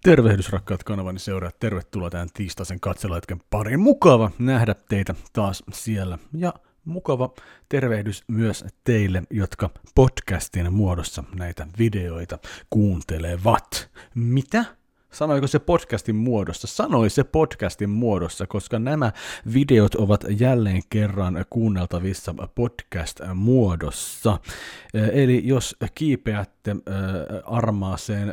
Tervehdys rakkaat kanavani seuraajat, tervetuloa tähän tiistaisen katseluhetken pariin. Mukava nähdä teitä taas siellä ja mukava tervehdys myös teille, jotka podcastin muodossa näitä videoita kuuntelevat. Mitä? Sanoiko se podcastin muodossa? Sanoi se podcastin muodossa, koska nämä videot ovat jälleen kerran kuunneltavissa podcast-muodossa. Eli jos kiipeätte armaaseen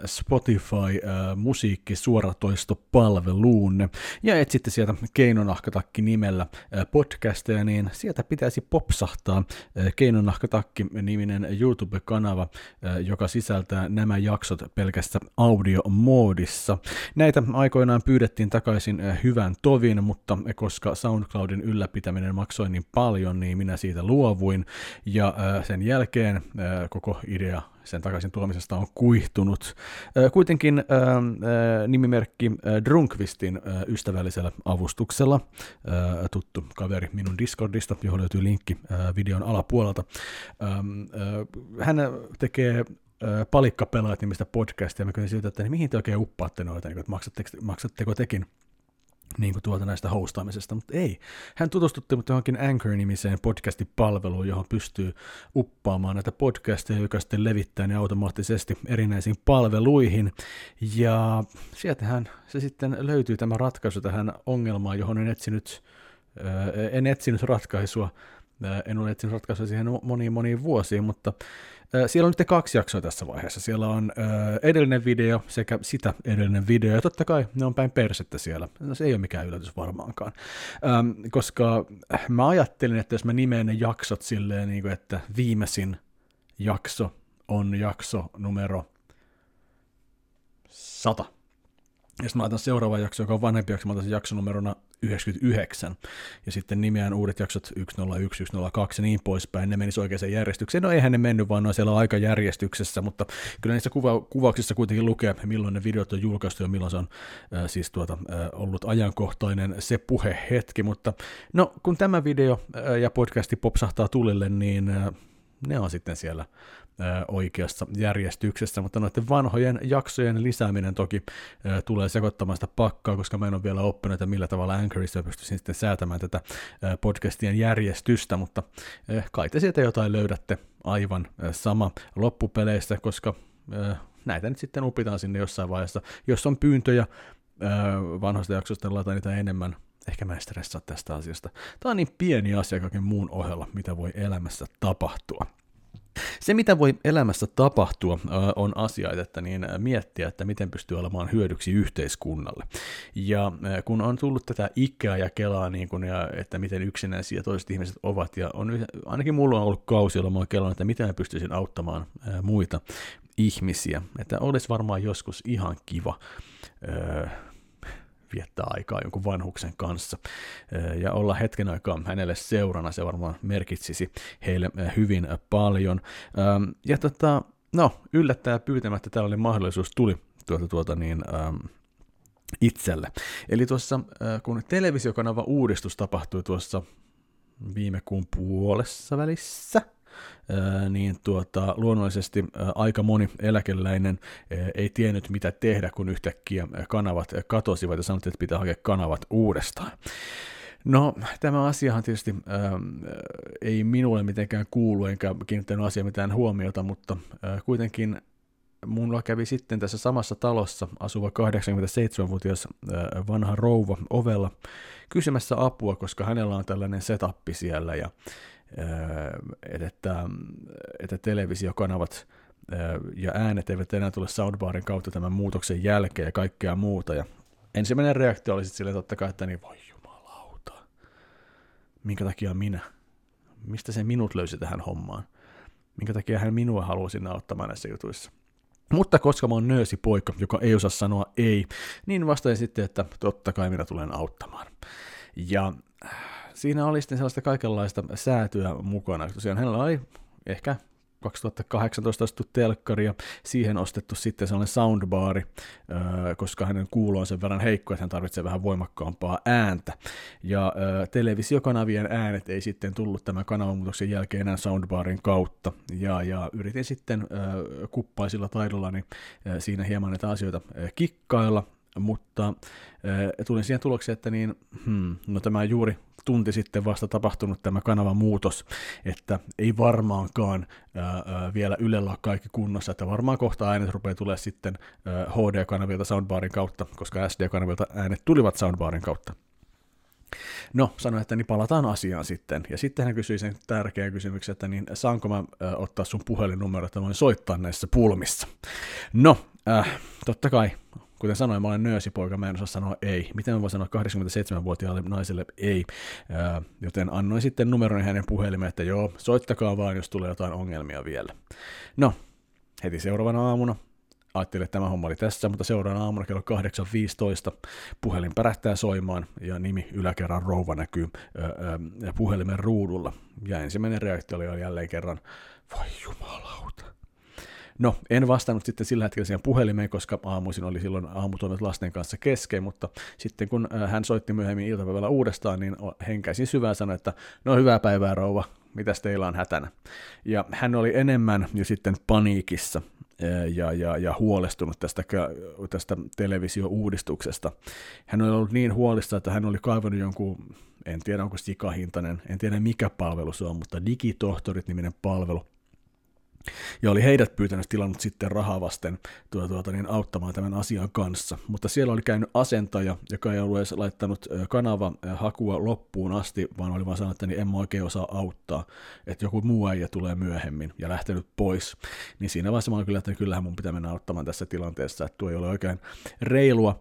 Spotify-musiikkisuoratoistopalveluun ja etsitte sieltä Keinonahkatakki nimellä podcasteja, niin sieltä pitäisi popsahtaa Keinonahkatakki-niminen YouTube-kanava, joka sisältää nämä jaksot pelkässä audiomoodissa. Näitä aikoinaan pyydettiin takaisin hyvän tovin, mutta koska SoundCloudin ylläpitäminen maksoi niin paljon, niin minä siitä luovuin, ja sen jälkeen koko idea sen takaisin tuomisesta on kuihtunut. Kuitenkin nimimerkki Drunkvistin ystävällisellä avustuksella, tuttu kaveri minun Discordista, johon löytyy linkki videon alapuolelta, hän tekee Palikkapelaajat nimistä podcastia, mä kysyin siltä, että mihin te oikein uppaatte noita, että maksatteko tekin niin kuin näistä hostaamisesta, mutta ei. Hän tutustutti mut johonkin Anchor-nimiseen podcastipalveluun, johon pystyy uppaamaan näitä podcasteja, joka sitten levittää ne automaattisesti erinäisiin palveluihin, ja sieltähän se sitten löytyy tämä ratkaisu tähän ongelmaan, johon en etsinyt ratkaisua. En ole etsinyt ratkaisua siihen moniin vuosiin, mutta siellä on nyt 2 jaksoa tässä vaiheessa. Siellä on edellinen video sekä sitä edellinen video, ja totta kai ne on päin persettä siellä. No, se ei ole mikään yllätys varmaankaan, koska mä ajattelin, että jos mä nimeen ne jaksot silleen, niin kuin, että viimeisin jakso on jakso numero 100. Ja sitten mä laitan seuraava jakso, joka on vanhempi jakso, mä laitan sen jaksonumerona 99, ja sitten nimeään uudet jaksot 101, 102 ja niin poispäin, ne menisi oikeaan järjestykseen. No eihän ne mennyt, vaan ne on siellä aikajärjestyksessä, mutta kyllä niissä kuvauksissa kuitenkin lukee, milloin ne videot on julkaistu ja milloin se on ollut ajankohtainen se puhehetki, mutta no kun tämä video ja podcasti popsahtaa tulille, niin ne on sitten siellä oikeassa järjestyksessä, mutta noiden vanhojen jaksojen lisääminen toki tulee sekoittamaan sitä pakkaa, koska mä en ole vielä oppinut, että millä tavalla Anchorissa pystyisin sitten säätämään tätä podcastien järjestystä, mutta kai te sieltä jotain löydätte aivan sama loppupeleissä, koska näitä nyt sitten upitaan sinne jossain vaiheessa. Jos on pyyntöjä vanhoista jaksoista, niin laitan niitä enemmän. Ehkä mä en stressaa tästä asiasta. Tämä on niin pieni asia kaiken muun ohella, mitä voi elämässä tapahtua. Se, mitä voi elämässä tapahtua, on asia, että niin miettiä, että miten pystyy olemaan hyödyksi yhteiskunnalle. Ja kun on tullut tätä ikää ja kelaa, niin kun, ja että miten yksinäisiä toiset ihmiset ovat, ja ainakin mulla on ollut kausi, jolla mä oon kelannut, että miten mä pystyisin auttamaan muita ihmisiä. Että olisi varmaan joskus ihan kiva viettää aikaa jonkun vanhuksen kanssa ja olla hetken aikaa hänelle seurana, se varmaan merkitsisi heille hyvin paljon. Ja yllättäen pyytämättä tällainen mahdollisuus tuli itselle. Eli tuossa, kun televisiokanava uudistus tapahtui tuossa viime kuun puolessa välissä, niin luonnollisesti aika moni eläkeläinen ei tiennyt mitä tehdä, kun yhtäkkiä kanavat katosivat ja sanottiin, että pitää hakea kanavat uudestaan. No, tämä asiahan tietysti ei minulle mitenkään kuulu, enkä kiinnittänyt asiaan mitään huomiota, mutta kuitenkin mulla kävi sitten tässä samassa talossa asuva 87-vuotias vanha rouva ovella kysymässä apua, koska hänellä on tällainen setappi siellä, ja että televisiokanavat ja äänet eivät enää tule soundbarin kautta tämän muutoksen jälkeen ja kaikkea muuta. Ja ensimmäinen reaktio oli sitten silleen totta kai, että niin voi jumalauta, minkä takia minä? Mistä se minut löysi tähän hommaan? Minkä takia hän minua halusi auttamaan näissä jutuissa? Mutta koska mä oon nöösi poika, joka ei osaa sanoa ei, niin vastasin sitten, että totta kai minä tulen auttamaan. Ja siinä oli sitten sellaista kaikenlaista säätöä mukana. Tosiaan hänellä oli ehkä 2018 ostettu telkkari ja siihen ostettu sitten sellainen soundbari, koska hänen kuulo on sen verran heikko, että hän tarvitsee vähän voimakkaampaa ääntä. Ja televisiokanavien äänet ei sitten tullut tämän kanavamuutoksen jälkeen enää soundbarin kautta. Ja yritin sitten kuppaisilla taidollani siinä hieman näitä asioita kikkailla, mutta tulin siihen tulokseen, että tämä juuri tunti sitten vasta tapahtunut tämä kanavan muutos, että ei varmaankaan vielä Ylellä ole kaikki kunnossa, että varmaan kohta äänet rupeaa tulemaan sitten HD-kanavilta soundbarin kautta, koska SD-kanavilta äänet tulivat soundbarin kautta. No, sanoin, että niin palataan asiaan sitten. Ja sitten hän kysyi sen tärkeän kysymyksen, että niin saanko mä ottaa sun puhelinnumero, että voin soittaa näissä pulmissa. No, totta kai. Kuten sanoin, mä olen nöösipoika, mä en osaa sanoa ei. Miten mä voin sanoa 87-vuotiaalle naiselle ei? Joten annoin sitten numeron hänen puhelimeen, että joo, soittakaa vaan, jos tulee jotain ongelmia vielä. No, heti seuraavana aamuna ajattelin, että tämä homma oli tässä, mutta seuraavana aamuna kello 8.15 puhelin pärähtää soimaan ja nimi yläkerran rouva näkyy puhelimen ruudulla. Ja ensimmäinen reaktio oli jälleen kerran, voi jumalauta. No, en vastannut sitten sillä hetkellä siihen puhelimeen, koska aamuisin oli silloin aamutoimet lasten kanssa kesken, mutta sitten kun hän soitti myöhemmin iltapäivällä uudestaan, niin henkäisin syvään sanoa, että no hyvää päivää rouva, mitäs teillä on hätänä? Ja hän oli enemmän jo sitten paniikissa ja huolestunut tästä televisio-uudistuksesta. Hän oli ollut niin huolissa, että hän oli kaivannut jonkun, en tiedä onko sikahintainen, en tiedä mikä palvelu se on, mutta Digitohtorit-niminen palvelu. Ja oli heidät tilannut sitten rahaa vasten auttamaan tämän asian kanssa. Mutta siellä oli käynyt asentaja, joka ei ollut edes laittanut kanavahakua loppuun asti, vaan oli vaan sanonut, että niin en mä oikein osaa auttaa, että joku muu äijä tulee myöhemmin ja lähtenyt pois. Niin siinä vaiheessa mä olin kyllä, että kyllähän mun pitää mennä auttamaan tässä tilanteessa, että tuo ei ole oikein reilua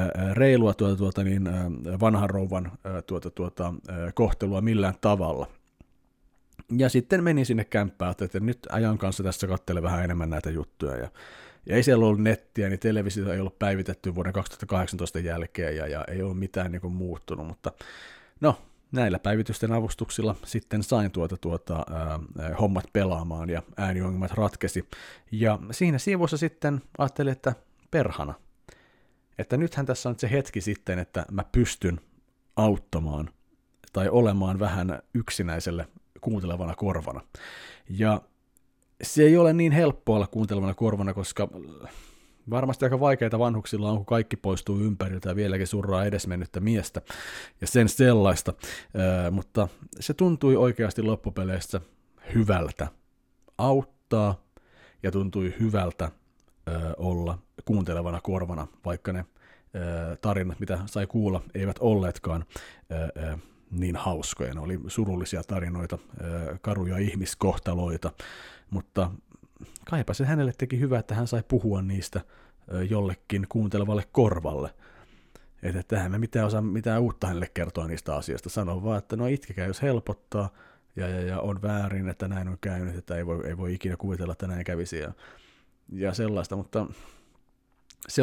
vanhan rouvan kohtelua millään tavalla. Ja sitten menin sinne kämppään, että nyt ajan kanssa tässä katselen vähän enemmän näitä juttuja. Ja ei siellä ollut nettiä, niin televisio ei ollut päivitetty vuoden 2018 jälkeen ja ei ollut mitään niin kuin muuttunut. Mutta no, näillä päivitysten avustuksilla sitten sain hommat pelaamaan ja ääniongelmat ratkesi. Ja siinä sivussa sitten ajattelin, että perhana, että nythän tässä on se hetki sitten, että mä pystyn auttamaan tai olemaan vähän yksinäiselle kuuntelevana korvana. Ja se ei ole niin helppoa olla kuuntelevana korvana, koska varmasti aika vaikeita vanhuksilla on, kun kaikki poistuu ympäriltä ja vieläkin surraa edesmennyttä miestä ja sen sellaista, mutta se tuntui oikeasti loppupeleissä hyvältä auttaa ja tuntui hyvältä olla kuuntelevana korvana, vaikka ne tarinat, mitä sai kuulla, eivät olleetkaan niin hauskoja. Ne oli surullisia tarinoita, karuja ihmiskohtaloita, mutta kaipa se hänelle teki hyvää, että hän sai puhua niistä jollekin kuuntelevalle korvalle. Että tähän me mitään uutta hänelle kertoa niistä asioista. Sano vaan, että no itkekää, jos helpottaa, ja on väärin, että näin on käynyt, että ei voi ikinä kuvitella, että näin kävisi, ja sellaista, mutta se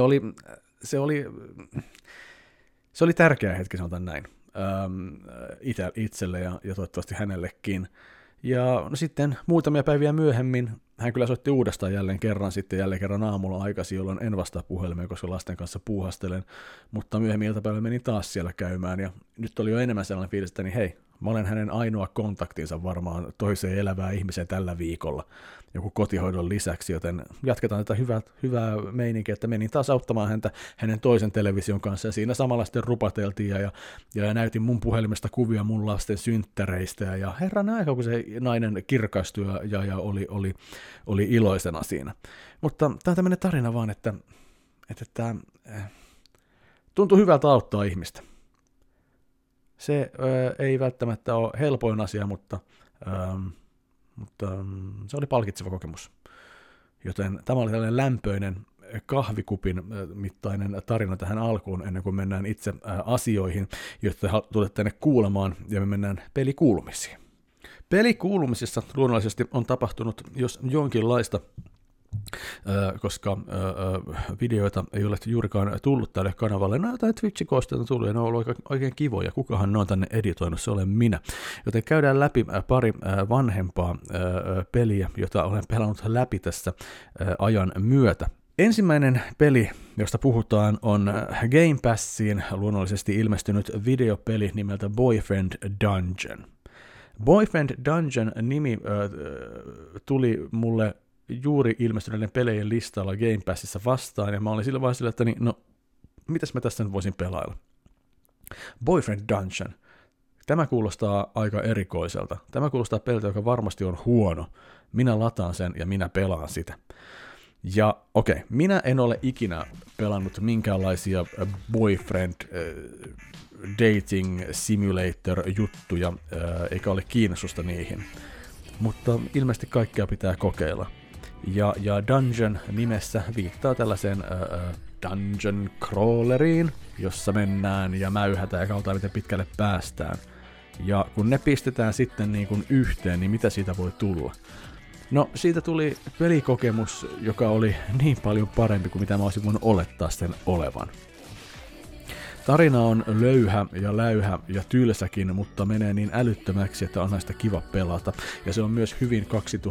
oli tärkeä hetki, sanotaan näin. Itselle ja toivottavasti hänellekin. Ja no sitten muutamia päiviä myöhemmin hän kyllä soitti uudestaan jälleen kerran aamulla aikaisin, jolloin en vastaa puhelimeen, koska lasten kanssa puuhastelen, mutta myöhemmin iltapäivällä menin taas siellä käymään ja nyt oli jo enemmän sellainen fiilis, että niin hei, mä olen hänen ainoa kontaktinsa varmaan toiseen elävään ihmiseen tällä viikolla, joku kotihoidon lisäksi, joten jatketaan tätä hyvää meininkiä, että menin taas auttamaan häntä hänen toisen television kanssa, ja siinä samalla sitten rupateltiin, ja näytin mun puhelimesta kuvia mun lasten synttäreistä, ja herran aika, kun se nainen kirkastui, ja oli iloisena siinä. Mutta tämä on tämmöinen tarina vaan, että tuntuu hyvältä auttaa ihmistä. Se ei välttämättä ole helpoin asia, mutta se oli palkitseva kokemus. Joten tämä oli tällainen lämpöinen kahvikupin mittainen tarina tähän alkuun, ennen kuin mennään itse asioihin, joita tulet tänne kuulemaan, ja me mennään pelikuulumisiin. Pelikuulumisissa luonnollisesti on tapahtunut jos jonkinlaista koska videoita ei ole juurikaan tullut tälle kanavalle. No jotain Twitch-koosteita on tullut ja ne on ollut oikein kivoja. Kukahan ne on tänne editoinut, se olen minä. Joten käydään läpi pari vanhempaa peliä, jota olen pelannut läpi tässä ajan myötä. Ensimmäinen peli, josta puhutaan, on Game Passiin luonnollisesti ilmestynyt videopeli nimeltä Boyfriend Dungeon. Boyfriend Dungeon nimi tuli mulle juuri ilmestyneiden pelejen listalla Game Passissa vastaan, ja mä olin sillä vaiheessa, että no, mitäs mä tästä nyt voisin pelailla? Boyfriend Dungeon. Tämä kuulostaa aika erikoiselta. Tämä kuulostaa peliltä, joka varmasti on huono. Minä lataan sen ja minä pelaan sitä. Ja okei, minä en ole ikinä pelannut minkäänlaisia boyfriend dating simulator juttuja, eikä ole kiinnostusta niihin. Mutta ilmeisesti kaikkea pitää kokeilla. Ja Dungeon nimessä viittaa tällaiseen dungeon crawleriin, jossa mennään ja mäyhätään ja katsotaan miten pitkälle päästään. Ja kun ne pistetään sitten niin kuin yhteen, niin mitä siitä voi tulla? No, siitä tuli pelikokemus, joka oli niin paljon parempi kuin mitä mä olisin voinut olettaa sen olevan. Tarina on löyhä ja läyhä ja tylsäkin, mutta menee niin älyttömäksi, että on näistä kiva pelata. Ja se on myös hyvin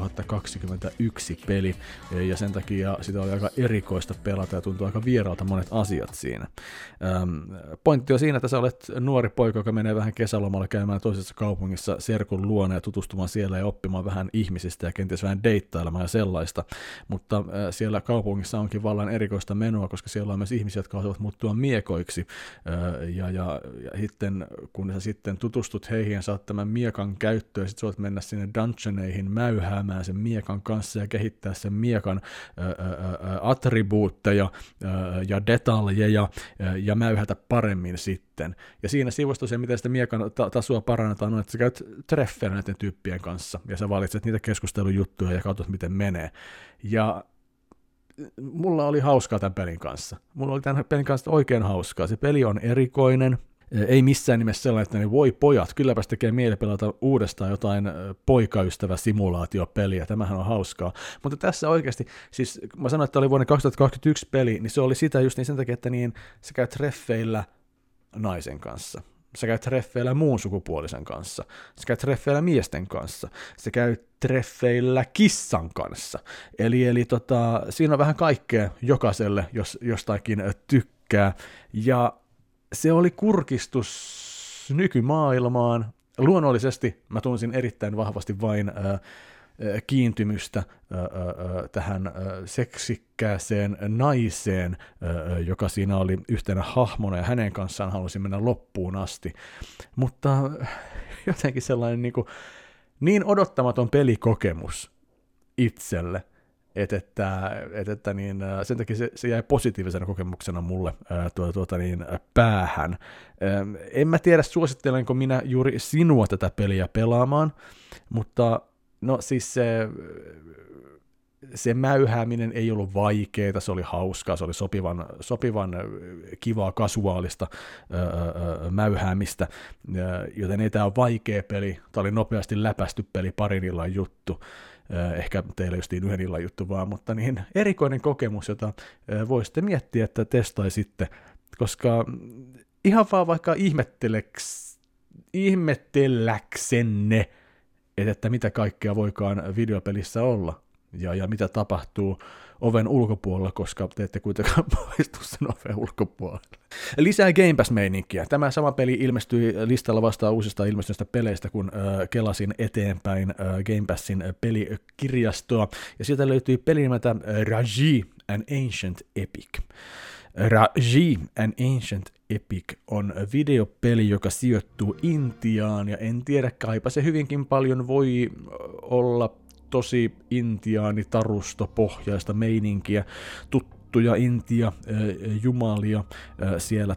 2021 peli, ja sen takia sitä oli aika erikoista pelata ja tuntuu aika vieraalta monet asiat siinä. Pointti on siinä, että sä olet nuori poika, joka menee vähän kesälomalla käymään toisessa kaupungissa serkun luona ja tutustumaan siellä ja oppimaan vähän ihmisistä ja kenties vähän deittailemaan ja sellaista. Mutta siellä kaupungissa onkin vallan erikoista menoa, koska siellä on myös ihmisiä, jotka haluavat muuttua miekoiksi. Ja sitten kun sä sitten tutustut heihin ja saat tämän miekan käyttöön, sit sä voit mennä sinne dungeoneihin mäyhäämään sen miekan kanssa ja kehittää sen miekan attribuutteja ja detaljeja ja mäyhätä paremmin sitten. Ja siinä sivustossa se, miten sitä miekan tasoa parannetaan, on, että sä käyt treffeillä näiden tyyppien kanssa ja sä valitset niitä keskustelujuttuja ja katsot, miten menee. Ja mulla oli hauskaa tämän pelin kanssa. Mulla oli tämän pelin kanssa oikein hauskaa. Se peli on erikoinen. Ei missään nimessä sellainen, että ne voi pojat, kylläpäs tekee mieli pelata uudestaan jotain poikaystävä-simulaatiopeliä. Tämähän on hauskaa. Mutta tässä oikeasti, siis mä sanoin, että oli vuonna 2021 peli, niin se oli sitä just niin sen takia, että niin sä käyt treffeillä naisen kanssa. Sä käyt treffeillä muun sukupuolisen kanssa. Sä käyt treffeillä miesten kanssa. Sä käyt treffeillä kissan kanssa. Eli siinä on vähän kaikkea jokaiselle, jos jostakin tykkää. Ja se oli kurkistus nykymaailmaan. Luonnollisesti mä tunsin erittäin vahvasti vain kiintymystä tähän seksikkääseen naiseen, joka siinä oli yhtenä hahmona, ja hänen kanssaan halusin mennä loppuun asti. Mutta jotenkin sellainen niin odottamaton pelikokemus itselle, että sen takia se jäi positiivisena kokemuksena mulle päähän. En mä tiedä, suosittelenko minä juuri sinua tätä peliä pelaamaan, mutta no siis se mäyhääminen ei ollut vaikeaa, se oli hauskaa, se oli sopivan kivaa, kasuaalista mäyhäämistä, joten ei tämä ole vaikea peli, tämä oli nopeasti läpästy peli, parin illan juttu, ehkä teille justiin yhden illan juttu vaan, mutta niin erikoinen kokemus, jota voisitte miettiä, että testaisitte, koska ihan vaan vaikka ihmettelläksenne, että mitä kaikkea voikaan videopelissä olla ja mitä tapahtuu oven ulkopuolella, koska te ette kuitenkaan poistu sen oven ulkopuolelle. Lisää Game Pass-meininkiä. Tämä sama peli ilmestyi listalla vastaan uusista ilmestyneistä peleistä, kun kelasin eteenpäin Game Passin pelikirjastoa, ja sieltä löytyi peli nimeltä Raji, An Ancient Epic. Raji, An Ancient Epic on videopeli, joka sijoittuu Intiaan, ja en tiedä, kaipa se hyvinkin paljon voi olla tosi intiaanitarustopohjaista meininkiä, tuttuja Intia-jumalia siellä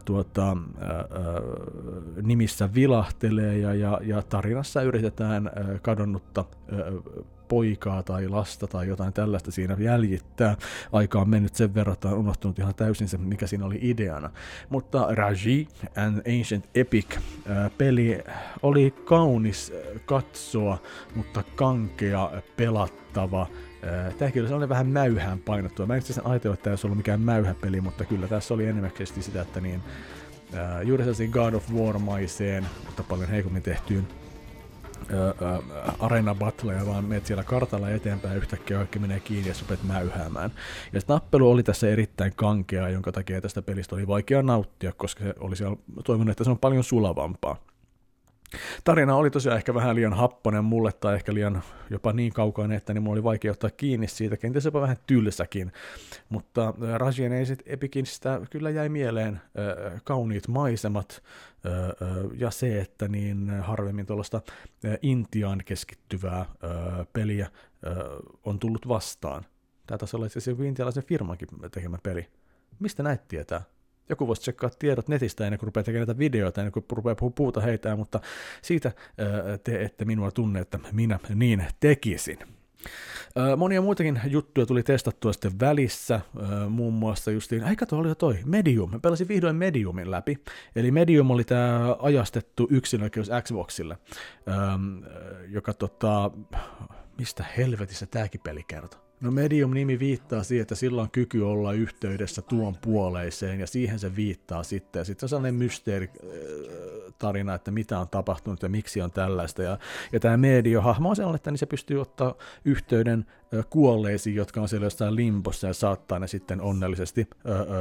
nimissä vilahtelee, ja tarinassa yritetään kadonnutta poikaa tai lasta tai jotain tällaista siinä jäljittää. Aika on mennyt sen verran, että on unohtunut ihan täysin se, mikä siinä oli ideana. Mutta Raji, An Ancient Epic peli oli kaunis katsoa, mutta kankea, pelattava Tämäkin oli sellainen vähän mäyhään painottua. Mä en itse asiassa ajatellut, että tämä olisi ollut mikään mäyhäpeli, mutta kyllä tässä oli enimmäksesti sitä, että niin, juuri sellaisiin God of War-maiseen, mutta paljon heikommin tehtyyn arena battleja, vaan menet siellä kartalla eteenpäin, yhtäkkiä kaikki menee kiinni ja rupeat mäyhäämään. Ja se tappelu oli tässä erittäin kankea, jonka takia tästä pelistä oli vaikea nauttia, koska se oli siellä toivonut, että se on paljon sulavampaa. Tarina oli tosiaan ehkä vähän liian happonen mulle, tai ehkä liian jopa niin kaukainen, että niin mulla oli vaikea ottaa kiinni siitä, kenties jopa vähän tylsäkin. Mutta Ragien Epicistä kyllä jäi mieleen kauniit maisemat ja se, että niin harvemmin tuollaista Intiaan keskittyvää peliä on tullut vastaan. Tämä taisi olla itse asiassa joku intialaisen firmankin tekemä peli. Mistä näet tietää? Joku voisi tsekkaa tiedot netistä ennen kuin rupeaa tekemään näitä videoita, ennen kuin rupeaa puuta heitää, mutta siitä te ette minua tunne, että minä niin tekisin. Monia muitakin juttuja tuli testattua sitten välissä, muun muassa justiin, kato oli jo toi, Medium. Mä pelasin vihdoin Mediumin läpi, eli Medium oli tää ajastettu yksinäköys Xboxille, joka mistä helvetissä tääkin peli kertoo? No Medium-nimi viittaa siihen, että sillä on kyky olla yhteydessä tuon puoleiseen, ja siihen se viittaa sitten. Ja sitten on sellainen mysteeritarina, että mitä on tapahtunut ja miksi on tällaista. Ja tämä Medio-hahmo on sellainen, että niin se pystyy ottaa yhteyden kuolleisiin, jotka on siellä jossain limpossa, ja saattaa ne sitten onnellisesti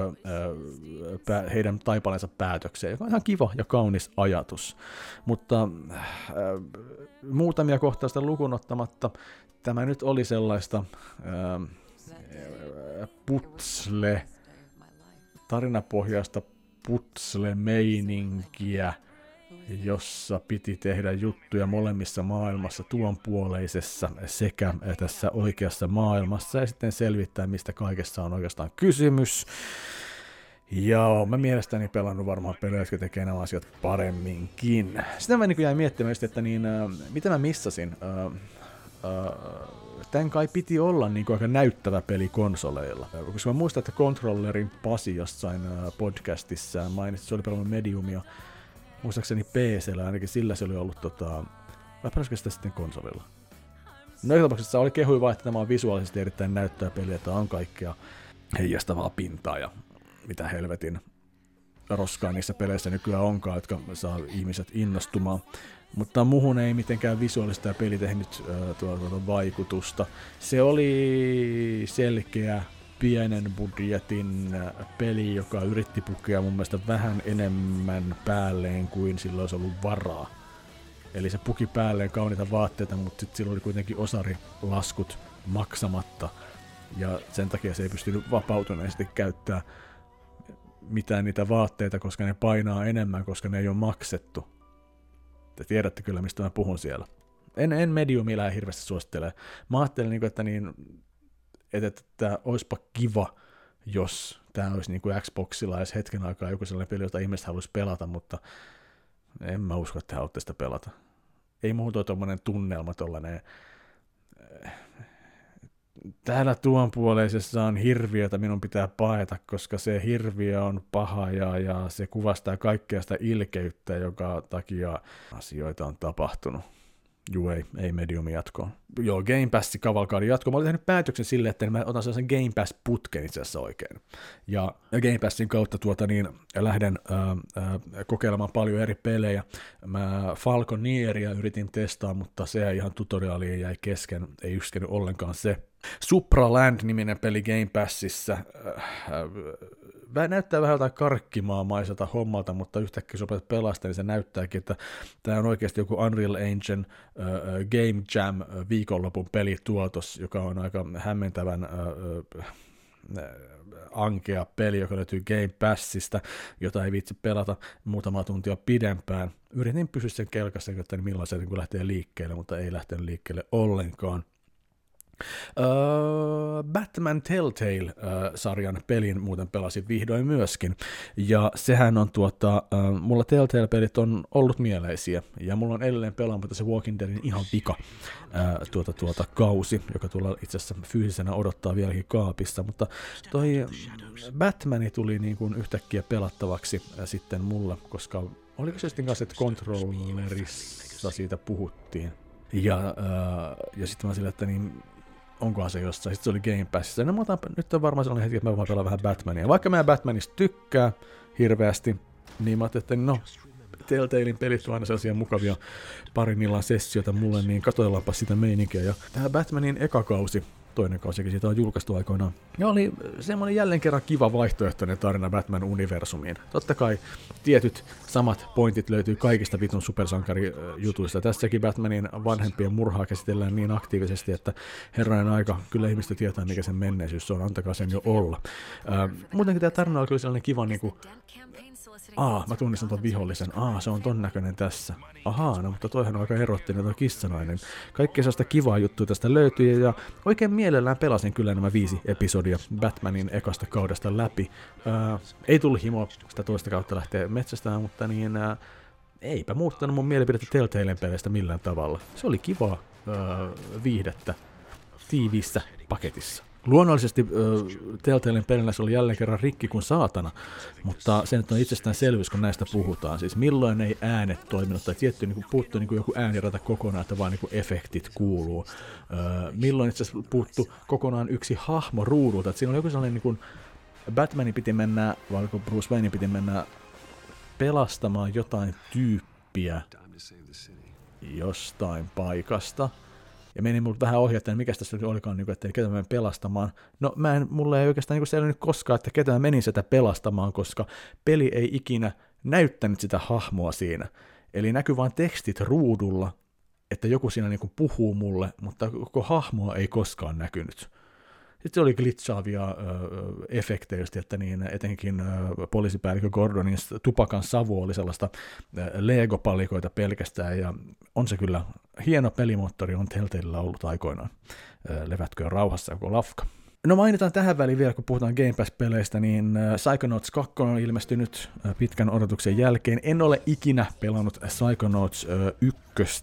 heidän taipaleensa päätökseen, joka on ihan kiva ja kaunis ajatus. Mutta muutamia kohtausta lukuun ottamatta, tämä nyt oli sellaista tarinapohjaista putsle-meininkiä, jossa piti tehdä juttuja molemmissa maailmassa, tuonpuoleisessa sekä tässä oikeassa maailmassa, ja sitten selvittää, mistä kaikessa on oikeastaan kysymys. Ja mä mielestäni pelannut varmaan pelejä, jotka tekee nämä asiat paremminkin. Sitten mä jäin miettimään, että mitä mä missasin. Tän kai piti olla niin aika näyttävä peli konsoleilla. Koska mä muistan, että Controllerin Pasi jossain podcastissa mainitsi, että se oli pelannut Mediumia. Muistaakseni PC:llä, ainakin sillä se oli ollut vai pelasko sitä sitten konsolilla? No joka tapauksessa oli kehui vaan, että tämä on visuaalisesti erittäin näyttävä peli, että on kaikkea heijastavaa pintaa ja mitä helvetin roskaa niissä peleissä nykyään onkaan, jotka saa ihmiset innostumaan. Mutta muhun ei mitenkään visuaalista peli tehnyt vaikutusta. Se oli selkeä pienen budjetin peli, joka yritti pukea mun mielestä vähän enemmän päälleen kuin sillä olisi ollut varaa. Eli se puki päälleen kauniita vaatteita, mutta sitten sillä oli kuitenkin osarilaskut maksamatta. Ja sen takia se ei pystynyt vapautuneesti käyttää mitään niitä vaatteita, koska ne painaa enemmän, koska ne ei ole maksettu. Te tiedätte kyllä, mistä mä puhun siellä. En Mediumilla hirveästi suosittele. Mä ajattelin, että olisipa kiva, jos tämä olisi niin kuin Xboxilla edes hetken aikaa joku sellainen peli, jota ihmiset haluaisi pelata, mutta en mä usko, että haluatte sitä pelata. Ei muuta tuommoinen tunnelma tollainen. Täällä tuonpuoleisessa on hirviö, jota minun pitää paeta, koska se hirviö on paha ja se kuvastaa kaikkea sitä ilkeyttä, joka takia asioita on tapahtunut. Juu, ei Medium jatkoon. Joo, Game Passin kavalkaadin jatkoon. Mä olin tehnyt päätöksen silleen, että mä otan sellaisen Game Pass-putken itse asiassa oikein. Ja Game Passin kautta lähden kokeilemaan paljon eri pelejä. Mä Falconieria yritin testaa, mutta se ihan tutoriaaliin jäi kesken. Ei yskenyt ollenkaan se. Supraland-niminen peli Game Passissa näyttää vähän jotain karkkimaamaiselta hommalta, mutta yhtäkkiä sopeat pelastaa, niin se näyttääkin, että tämä on oikeasti joku Unreal Engine Game Jam viikonlopun pelituotos, joka on aika hämmentävän ankea peli, joka löytyy Game Passista, jota ei viitsi pelata muutamaa tuntia pidempään. Yritin pysyä sen kelkassa, että milloin se lähtee liikkeelle, mutta ei lähtenyt liikkeelle ollenkaan. Batman Telltale-sarjan pelin muuten pelasin vihdoin myöskin, ja sehän on mulla Telltale-pelit on ollut mieleisiä, ja mulla on edelleen pelaamatta se Walking Deadin ihan vika kausi, joka tuolla itse asiassa fyysisenä odottaa vieläkin kaapissa, mutta toi Batmani tuli niin kuin yhtäkkiä pelattavaksi sitten mulla, koska oliko se sitten kanssa, että Controllerissa siitä puhuttiin, ja sitten mä sillä, että niin onkohan se jossain, sitten se oli Game Passissa. No mä otan, nyt on varmaan sellainen hetki, että mä voin pelaa vähän Batmania. Vaikka mä Batmanista tykkää hirveästi, niin mä ajattelin, että no, Telltalein pelit on aina sellaisia mukavia parinillaan sessioita mulle, niin katsoillaanpa sitä meininkiä. Ja tämä Batmanin eka kausi, toinen kausi, siitä on julkaistu aikoinaan. Ja oli semmoinen jälleen kerran kiva vaihtoehtoinen tarina Batman-universumiin. Totta kai tietyt samat pointit löytyy kaikista vitun supersankarijutuista. Tässäkin Batmanin vanhempien murhaa käsitellään niin aktiivisesti, että herranen aika, kyllä ihmiset tietää, mikä sen menneisyys on, antakaa sen jo olla. Muutenkin tämä tarina oli kyllä sellainen kiva niinku, mä tunnistan ton vihollisen. Se on ton näköinen tässä. Ahaa, no mutta toihan on aika erottinen toi kissanainen. Kaikkea sellaista kivaa juttua tästä löytyy ja oikein mielellään pelasin kyllä nämä 5 episodia Batmanin ekasta kaudesta läpi. Ei tullut himoa sitä toista kautta lähteä metsästään, mutta niin eipä muuttanut mun mielipidettä Telltalen peleistä millään tavalla. Se oli kivaa viihdettä tiiviissä paketissa. Luonnollisesti Telltalen pelinässä oli jälleen kerran rikki kuin saatana, mutta se nyt on itsestäänselvyys, kun näistä puhutaan. Siis milloin ei äänet toiminut tai tietty niin puuttuu niin joku äänirata kokonaan, että vaan niin efektit kuuluu. Milloin itse asiassa puuttu kokonaan yksi hahmo ruudulta. Että siinä oli joku sellainen, niin kuin Batmanin piti mennä, vai Bruce Wayne piti mennä pelastamaan jotain tyyppiä jostain paikasta. Ja meni mulle vähän ohjata, mikä tässä olikaan, että ketä mä menen pelastamaan. No mulle ei oikeastaan selvinnyt koskaan, että ketä mä menin sitä pelastamaan, koska peli ei ikinä näyttänyt sitä hahmoa siinä. Eli näkyy vain tekstit ruudulla, että joku siinä puhuu mulle, mutta koko hahmoa ei koskaan näkynyt. Sitten se oli glitchaavia efektejä, että niin etenkin poliisipäällikkö Gordonin tupakan savu oli sellaista Lego-palikoita pelkästään, ja on se kyllä hieno pelimoottori, on Telltalella ollut aikoinaan. Levätköön rauhassa koko lafka. No mainitaan tähän väliin vielä, kun puhutaan Game Pass-peleistä, niin Psychonauts 2 on ilmestynyt pitkän odotuksen jälkeen. En ole ikinä pelannut Psychonauts 1.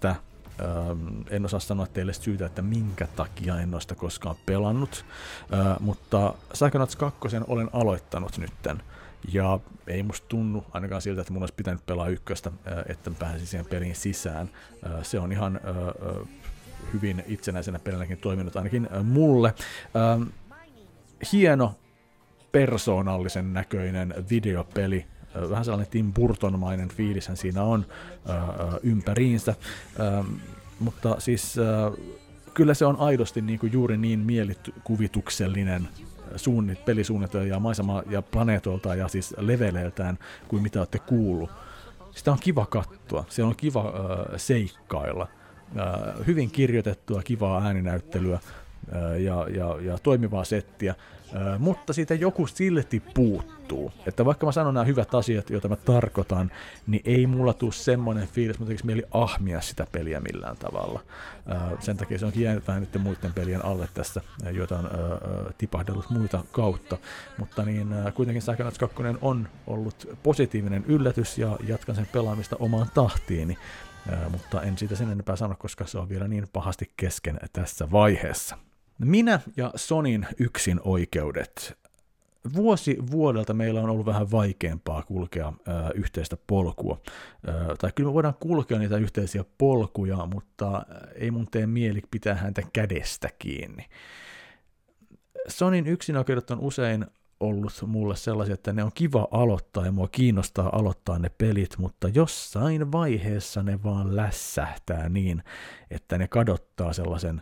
En osaa sanoa teille syytä, että minkä takia en ole sitä koskaan pelannut, mutta Psychonauts 2 olen aloittanut nytten, ja ei musta tunnu ainakaan siltä, että mun olisi pitänyt pelaa 1, että pääsin siihen peliin sisään. Se on ihan hyvin itsenäisenä pelinäkin toiminut ainakin mulle. Hieno, persoonallisen näköinen videopeli. Vähän sellainen Tim Burton-mainen fiilishän siinä on ympäriinsä, mutta siis kyllä se on aidosti juuri niin mielikuvituksellinen pelisuunnitelma ja maisema ja planeetoilta ja siis leveleiltään kuin mitä olette kuullut. Sitä on kiva katsoa, se on kiva seikkailla, hyvin kirjoitettua, kivaa ääninäyttelyä ja toimivaa settiä. Mutta siitä joku silti puuttuu. Että vaikka mä sanon nämä hyvät asiat, joita mä tarkoitan, niin ei mulla tule semmoinen fiilis, mutta tekisi mieli ahmia sitä peliä millään tavalla. Sen takia se on jäänyt vähän nyt muiden pelien alle tässä, joita on tipahdellut muita kautta. Mutta niin kuitenkin Psychonauts 2 on ollut positiivinen yllätys ja jatkan sen pelaamista omaan tahtiini. Mutta en siitä sen enempää sano, koska se on vielä niin pahasti kesken tässä vaiheessa. Minä ja Sonyn yksin oikeudet. Vuosi vuodelta meillä on ollut vähän vaikeampaa kulkea yhteistä polkua. Tai kyllä me voidaan kulkea niitä yhteisiä polkuja, mutta ei mun tee mieli pitää häntä kädestä kiinni. Sonyn yksinoikeudet on usein ollut mulle sellaisia, että ne on kiva aloittaa ja mua kiinnostaa aloittaa ne pelit, mutta jossain vaiheessa ne vaan lässähtää niin, että ne kadottaa sellaisen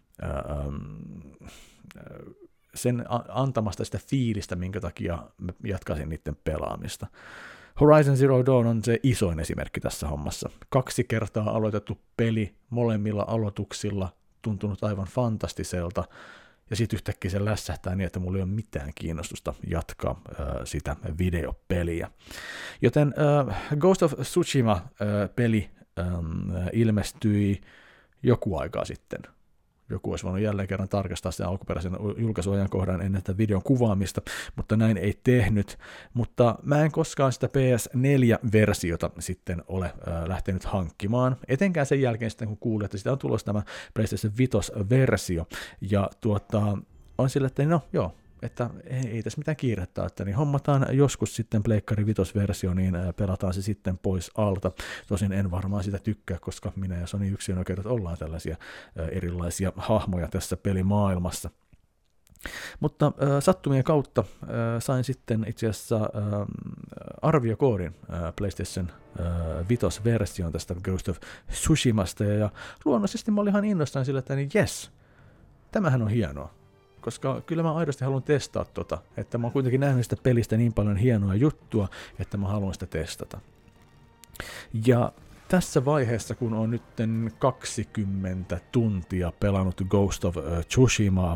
sen antamasta sitä fiilistä, minkä takia mä jatkaisin niiden pelaamista. Horizon Zero Dawn on se isoin esimerkki tässä hommassa. 2 kertaa aloitettu peli, molemmilla aloituksilla tuntunut aivan fantastiselta, ja sitten yhtäkkiä se lässähtää niin, että mulla ei ole mitään kiinnostusta jatkaa sitä videopeliä. Joten Ghost of Tsushima-peli ilmestyi joku aikaa sitten. Joku olisi voinut jälleen kerran tarkastaa sen alkuperäisen julkaisuajankohdan ennen tätä videon kuvaamista, mutta näin ei tehnyt. Mutta mä en koskaan sitä PS4-versiota sitten ole lähtenyt hankkimaan, etenkään sen jälkeen sitten kun kuulin, että sitä on tulossa tämä PlayStation 5-versio, ja on sillä, että no joo, että ei tässä mitään kiirettä, että niin hommataan joskus sitten Pleikkari 5-versio, niin pelataan se sitten pois alta. Tosin en varmaan sitä tykkää, koska minä ja Sony yksinoikeudet ollaan tällaisia erilaisia hahmoja tässä pelimaailmassa. Mutta sattumien kautta sain sitten itse asiassa arviokoodin PlayStation 5-versioon tästä Ghost of Tsushimasta, ja luonnollisesti mä olin ihan innostunut sillä, että niin jes, tämähän on hienoa, koska kyllä mä aidosti haluan testaa että mä oon kuitenkin nähnyt sitä pelistä niin paljon hienoa juttua, että mä haluan sitä testata. Ja tässä vaiheessa, kun on nyt 20 tuntia pelannut Ghost of Tsushimaa,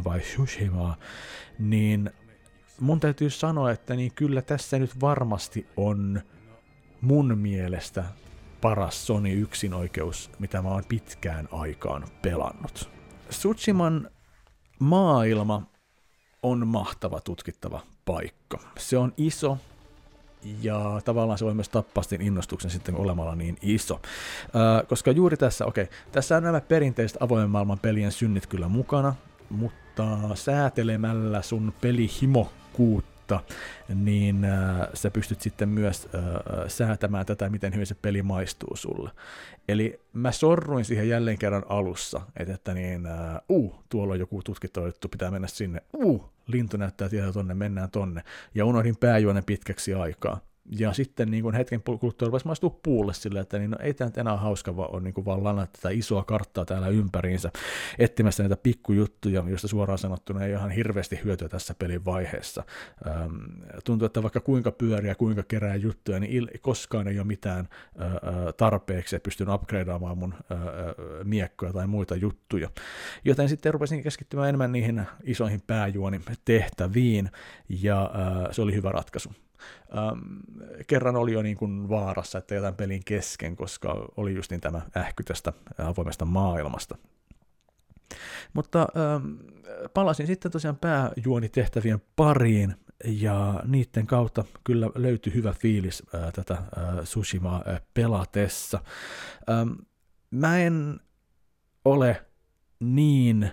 niin mun täytyy sanoa, että niin kyllä tässä nyt varmasti on mun mielestä paras Sony yksinoikeus, mitä mä oon pitkään aikaan pelannut. Tsushiman maailma on mahtava tutkittava paikka. Se on iso, ja tavallaan se voi myös tappaa sitten innostuksen sitten olemalla niin iso. Koska juuri tässä, tässä on nämä perinteiset avoimen maailman pelien synnit kyllä mukana, mutta säätelemällä sun pelihimokkuutta, niin sä pystyt sitten myös säätämään tätä, miten hyvin se peli maistuu sulle. Eli mä sorruin siihen jälleen kerran alussa, että tuolla on joku tutkittava juttu, pitää mennä sinne, lintu näyttää tietää tonne, mennään tonne, ja unohdin pääjuonen pitkäksi aikaa. Ja sitten niin hetken kuluttua rupesi maistua puulle silleen, että niin, ei tämä enää hauska, vaan on niin vaan lanata tätä isoa karttaa täällä ympäriinsä, etsimässä näitä pikkujuttuja, joista suoraan sanottuna ei ihan hirveästi hyötyä tässä pelin vaiheessa. Tuntuu, että vaikka kuinka pyöriä, kuinka kerää juttuja, niin koskaan ei ole mitään tarpeeksi, että pystyn upgradeaamaan mun miekkoja tai muita juttuja. Joten sitten rupesin keskittymään enemmän niihin isoihin pääjuonitehtäviin, ja se oli hyvä ratkaisu. Kerran oli jo niin kuin vaarassa, että jätän pelin kesken, koska oli just niin tämä ähky tästä avoimesta maailmasta. Mutta palasin sitten tosiaan pääjuonitehtävien pariin, ja niiden kautta kyllä löytyi hyvä fiilis tätä Tsushimaa pelatessa. Mä en ole niin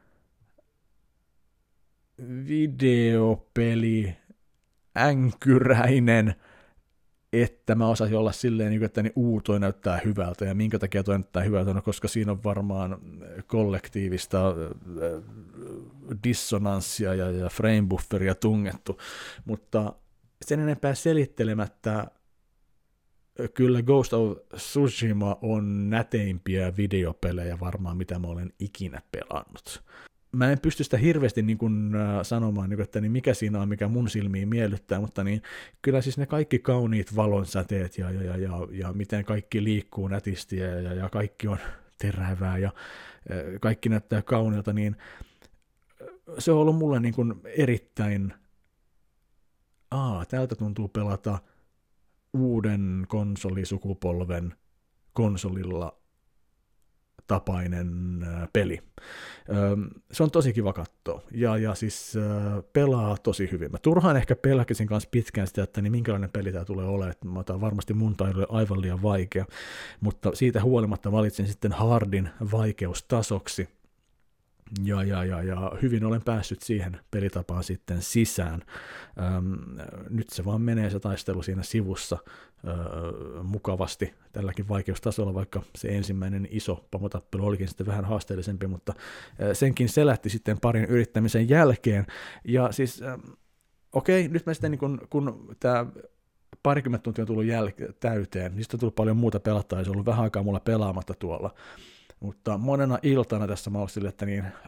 videopeli änkyräinen, että mä osaisin olla silleen, että toi näyttää hyvältä, ja minkä takia toi näyttää hyvältä, no koska siinä on varmaan kollektiivista dissonanssia ja framebufferia tungettu, mutta sen enempää selittelemättä, kyllä Ghost of Tsushima on näteimpiä videopelejä varmaan, mitä mä olen ikinä pelannut. Mä en pysty sitä hirveästi niin kuin sanomaan, niin kuin, että niin mikä siinä on, mikä mun silmiin miellyttää, mutta niin, kyllä siis ne kaikki kauniit valonsäteet ja miten kaikki liikkuu nätisti ja kaikki on terävää ja kaikki näyttää kauniilta, niin se on ollut mulle niin kuin erittäin, täältä tuntuu pelata uuden konsolisukupolven konsolilla tapainen peli. Se on tosi kiva katsoa, ja siis pelaa tosi hyvin. Mä turhaan ehkä pelkäsin kanssa pitkään sitä, että niin minkälainen peli tämä tulee olemaan, että mä otan varmasti mun taidolle aivan liian vaikea, mutta siitä huolimatta valitsin sitten hardin vaikeustasoksi, ja hyvin olen päässyt siihen pelitapaan sitten sisään. Nyt se vaan menee se taistelu siinä sivussa mukavasti tälläkin vaikeustasolla, vaikka se ensimmäinen iso pomotappelu olikin sitten vähän haasteellisempi, mutta senkin selätti sitten parin yrittämisen jälkeen. Ja siis, nyt mä sitten, niin kun tämä parikymmentä tuntia on tullut täyteen, niin sitten on tullut paljon muuta pelattavaa, ja se on ollut vähän aikaa mulla pelaamatta tuolla. Mutta monena iltana tässä mä olin silleen, että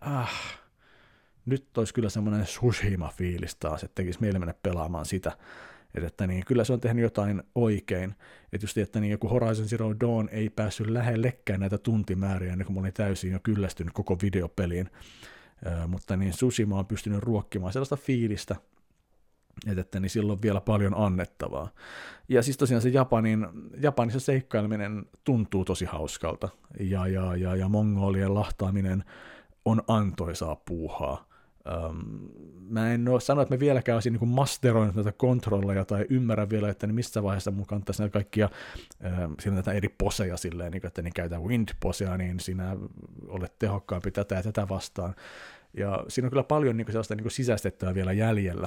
nyt olisi kyllä semmoinen Tsushima-fiilis taas, että tekisi meille mennä pelaamaan sitä. Että niin, kyllä se on tehnyt jotain oikein. Että just, että niin joku Horizon Zero Dawn ei päässyt lähellekään näitä tuntimääriä, niin kun mä olin täysin jo kyllästynyt koko videopeliin. Mutta niin Tsushima on pystynyt ruokkimaan sellaista fiilistä, että niin sillä on vielä paljon annettavaa. Ja siis tosiaan se Japanissa seikkaileminen tuntuu tosi hauskalta, ja mongolien lahtaaminen on antoisaa puuhaa. Mä en sano, että mä vieläkään olisin niin masteroinut näitä kontrolleja tai ymmärrän vielä, että niin missä vaiheessa mun kannattaisi näitä kaikkia näitä eri poseja silleen, että niin käytä wind-posea, niin sinä olet tehokkaampi tätä ja tätä vastaan. Ja siinä on kyllä paljon niin kuin sellaista niin kuin sisäistettyä vielä jäljellä,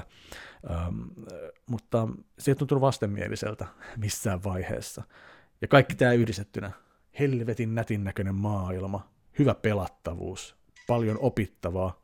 mutta se ei tuntunut vastenmieliseltä missään vaiheessa. Ja kaikki tämä yhdistettynä, helvetin nätin näköinen maailma, hyvä pelattavuus, paljon opittavaa,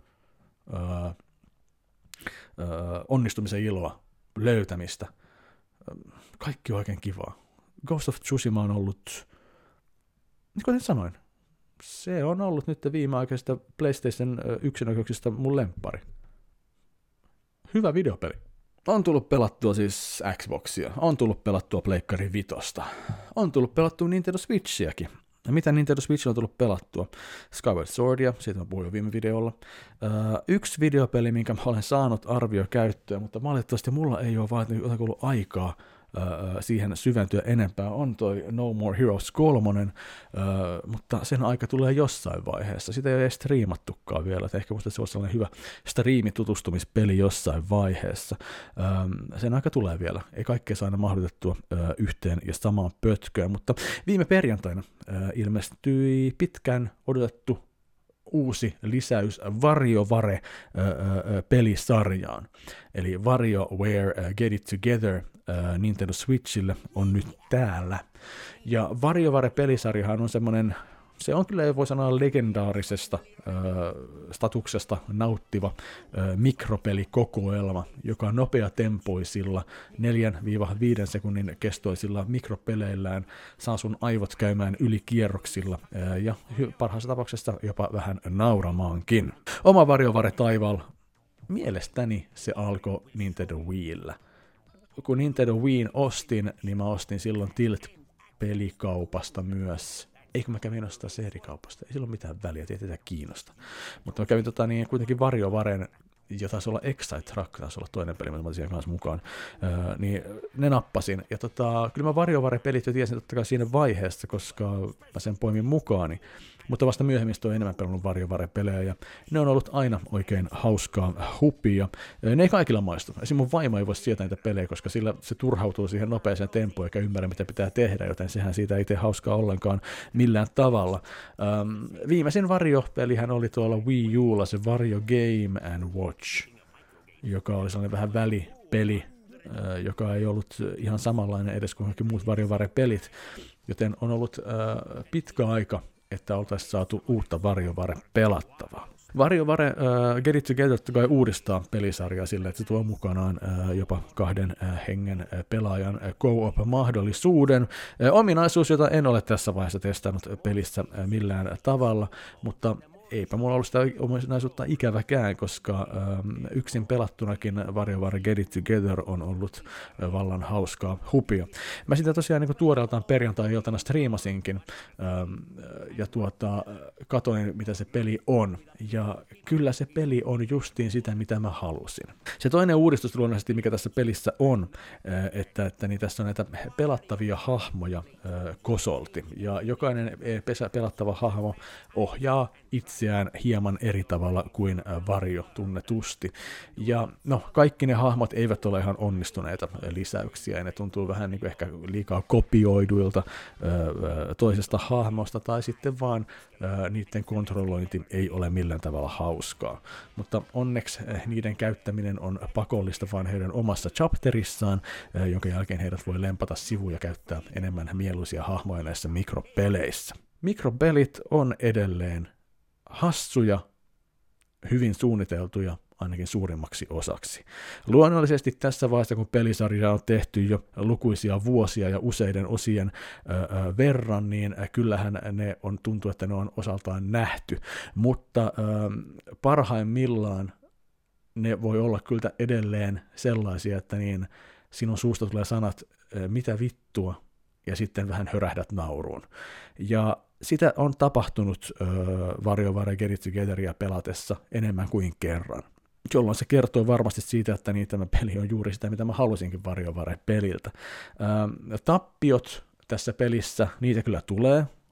onnistumisen iloa, löytämistä, kaikki on oikein kivaa. Ghost of Tsushima on ollut, niin kuin sanoin, se on ollut nyt viimeaikaisesta PlayStation 1 oikeuksista mun lemppari. Hyvä videopeli. On tullut pelattua siis Xboxia, on tullut pelattua Pleikkari Vitosta, on tullut pelattua Nintendo Switchiäkin. Ja mitä Nintendo Switchillä on tullut pelattua? Skyward Swordia, siitä mä puhuin jo viime videolla. Yksi videopeli, minkä mä olen saanut arviokäyttöön, mutta valitettavasti mulla ei ole vaan ollut aikaa siihen syventyä enempää, on toi No More Heroes 3, mutta sen aika tulee jossain vaiheessa. Sitä ei ole edes striimattukaan vielä, että ehkä musta se olisi sellainen hyvä striimitutustumispeli jossain vaiheessa. Sen aika tulee vielä, ei kaikkea saa aina mahdotettua yhteen ja samaan pötköön, mutta viime perjantaina ilmestyi pitkään odotettu uusi lisäys WarioWare-pelisarjaan. Eli WarioWare Get It Together Nintendo Switchille on nyt täällä. Ja WarioWare-pelisarjahan on semmoinen, se on kyllä, voi sanoa, legendaarisesta statuksesta nauttiva mikropelikokoelma, joka on nopeatempoisilla 4-5 sekunnin kestoisilla mikropeleillään saa sun aivot käymään yli kierroksilla ja parhaassa tapauksessa jopa vähän nauramaankin. Oma WarioWare-taival, mielestäni se alkoi Nintendo Wiillä. Kun Nintendo Wiin ostin, niin mä ostin silloin Tilt-pelikaupasta myös. Eikö mä kävin ostaa CD-kaupasta? Ei sillä ole mitään väliä, ei tätä kiinnosta. Mutta mä kävin kuitenkin WarioWaren, ja taisi olla Excite Truck, taisi olla toinen peli, mitä mä siihen kanssa mukaan, niin ne nappasin. Ja kyllä mä WarioWare-pelit jo tiesin totta kai siinä vaiheessa, koska mä sen poimin mukaani. Mutta vasta myöhemmin on enemmän pelannut WarioWare-pelejä, ja ne on ollut aina oikein hauskaa hupia. Ne ei kaikilla maistu. Esimerkiksi mun vaimo ei voi sietää niitä pelejä, koska sillä se turhautuu siihen nopeeseen tempoon, eikä ymmärrä, mitä pitää tehdä, joten sehän siitä ei tee hauskaa ollenkaan millään tavalla. Viimeisin Wario-pelihän oli tuolla Wii Ulla, se Wario Game & Watch, joka oli sellainen vähän välipeli, joka ei ollut ihan samanlainen edes kuin kaikki muut WarioWare-pelit, joten on ollut pitkä aika, että oltaisiin saatu uutta WarioWare pelattavaa. WarioWare Get It Together kai uudistaa pelisarjaa sillä, että se tuo mukanaan jopa 2 hengen pelaajan co-op-mahdollisuuden. Ominaisuus, jota en ole tässä vaiheessa testannut pelissä millään tavalla, mutta eipä mulla ollut sitä ominaisuutta ikäväkään, koska yksin pelattunakin WarioWare Get It Together on ollut vallan hauskaa hupia. Mä sitä tosiaan niin tuoreeltaan perjantai-iltana striimasinkin ja katoin, mitä se peli on. Ja kyllä se peli on justiin sitä, mitä mä halusin. Se toinen uudistus luonnollisesti, mikä tässä pelissä on, että niin tässä on näitä pelattavia hahmoja kosolti. Ja jokainen pelattava hahmo ohjaa itseään hieman eri tavalla kuin Wario tunnetusti. Ja no, kaikki ne hahmot eivät ole ihan onnistuneita lisäyksiä, ja ne tuntuu vähän niin kuin ehkä liikaa kopioiduilta toisesta hahmosta, tai sitten vaan niiden kontrollointi ei ole millään tavalla hauskaa. Mutta onneksi niiden käyttäminen on pakollista vain heidän omassa chapterissaan, jonka jälkeen heidät voi lempata sivuja ja käyttää enemmän mieluisia hahmoja näissä mikropeleissä. Mikropelit on edelleen hassuja, hyvin suunniteltuja, ainakin suurimmaksi osaksi. Luonnollisesti tässä vaiheessa, kun pelisarja on tehty jo lukuisia vuosia ja useiden osien verran, niin kyllähän tuntuu, että ne on osaltaan nähty, mutta parhaimmillaan ne voi olla kyllä edelleen sellaisia, että niin sinun suusta tulee sanat, mitä vittua, ja sitten vähän hörähdät nauruun. Ja sitä on tapahtunut WarioWare Get It Togetheria pelatessa enemmän kuin kerran, jolloin se kertoo varmasti siitä, että niin tämä peli on juuri sitä, mitä mä halusinkin WarioWare-peliltä. Tappiot tässä pelissä, niitä kyllä tulee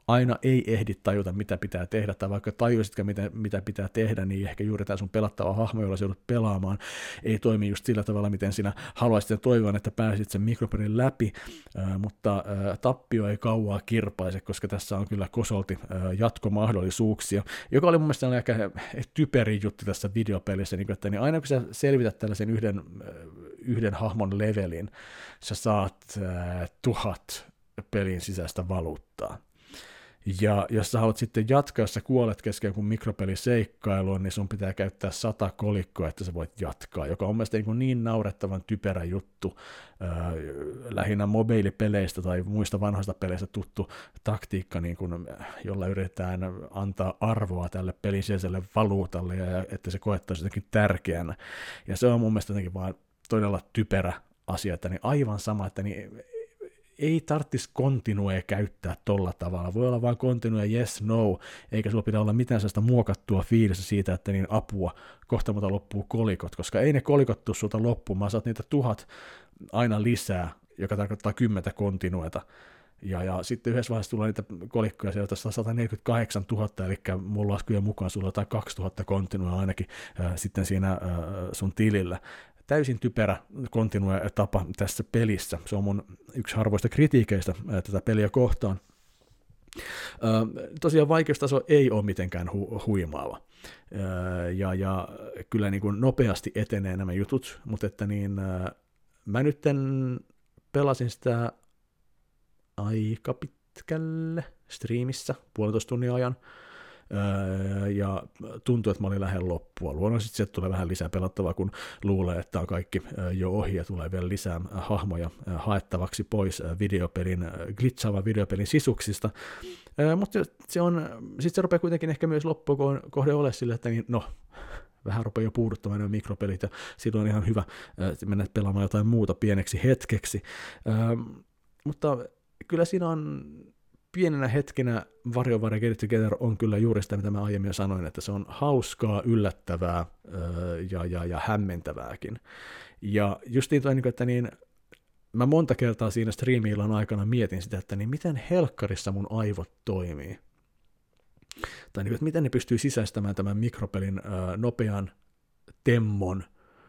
aina ei ehdi tajuta, mitä pitää tehdä, tai vaikka tajuisitko, mitä pitää tehdä, niin ehkä juuri tämä sun pelattava hahmo, jolla sä joudut pelaamaan, ei toimi just sillä tavalla, miten sinä haluaisit toivoa, että pääsit sen mikropelin läpi, mutta tappio ei kauaa kirpaise, koska tässä on kyllä kosolti jatkomahdollisuuksia, joka oli mun mielestä aika typerin juttu tässä videopelissä, että niin aina kun sä selvität tällaisen yhden hahmon levelin, sä saat 1000 pelin sisäistä valuuttaa. Ja jos sä haluat sitten jatkaa, jos sä kuolet kesken jonkun mikropeliseikkailun, niin sun pitää käyttää 100 kolikkoa, että sä voit jatkaa, joka on mielestäni niin naurettavan typerä juttu, lähinnä mobiilipeleistä tai muista vanhoista peleistä tuttu taktiikka, niin kun, jolla yritetään antaa arvoa tälle pelin sisäiselle valuutalle, ja että se koettaisi jotenkin tärkeänä. Ja se on mun mielestä jotenkin vaan todella typerä asia, että niin aivan sama, että niin ei tarvitsisi continue käyttää tolla tavalla. Voi olla vain continue yes, no, eikä sulla pidä olla mitään sellaista muokattua fiilistä siitä, että niin apua, kohta muuta loppuu kolikot, koska ei ne kolikot tuu sulta loppumaan, saat niitä 1000 aina lisää, joka tarkoittaa 10 continueta. Ja sitten yhdessä vaiheessa tulee niitä kolikkoja sieltä 148 000, eli mun laskujen mukaan sulla on 2000 continuea ainakin sitten siinä sun tilillä. Täysin typerä continue-tapa tässä pelissä. Se on mun yksi harvoista kritiikeistä tätä peliä kohtaan. Tosiaan vaikeustaso ei ole mitenkään huimaava. Ja kyllä niin kuin nopeasti etenee nämä jutut, mutta että niin, mä nyt pelasin sitä aika pitkälle striimissä, 1,5 tunnin ajan. Ja tuntui, että mä olin lähellä loppua. Luonnollisesti sieltä tulee vähän lisää pelattavaa, kun luulee, että on kaikki jo ohi ja tulee vielä lisää hahmoja haettavaksi pois glitchaavan videopelin sisuksista. Mutta sitten se rupeaa kuitenkin ehkä myös loppuun kohde ole sille, että niin, no, vähän rupeaa jo puuduttamaan nämä mikropelit ja silloin on ihan hyvä mennä pelaamaan jotain muuta pieneksi hetkeksi. Mutta kyllä siinä on pienenä hetkenä WarioWare Get Together on kyllä juuri sitä, mitä mä aiemmin jo sanoin, että se on hauskaa, yllättävää ja hämmentävääkin. Ja just niin, että niin, mä monta kertaa siinä striimi-illan aikana mietin sitä, että niin miten helkkarissa mun aivot toimii. Tai niin, että miten ne pystyy sisäistämään tämän mikropelin nopean temmon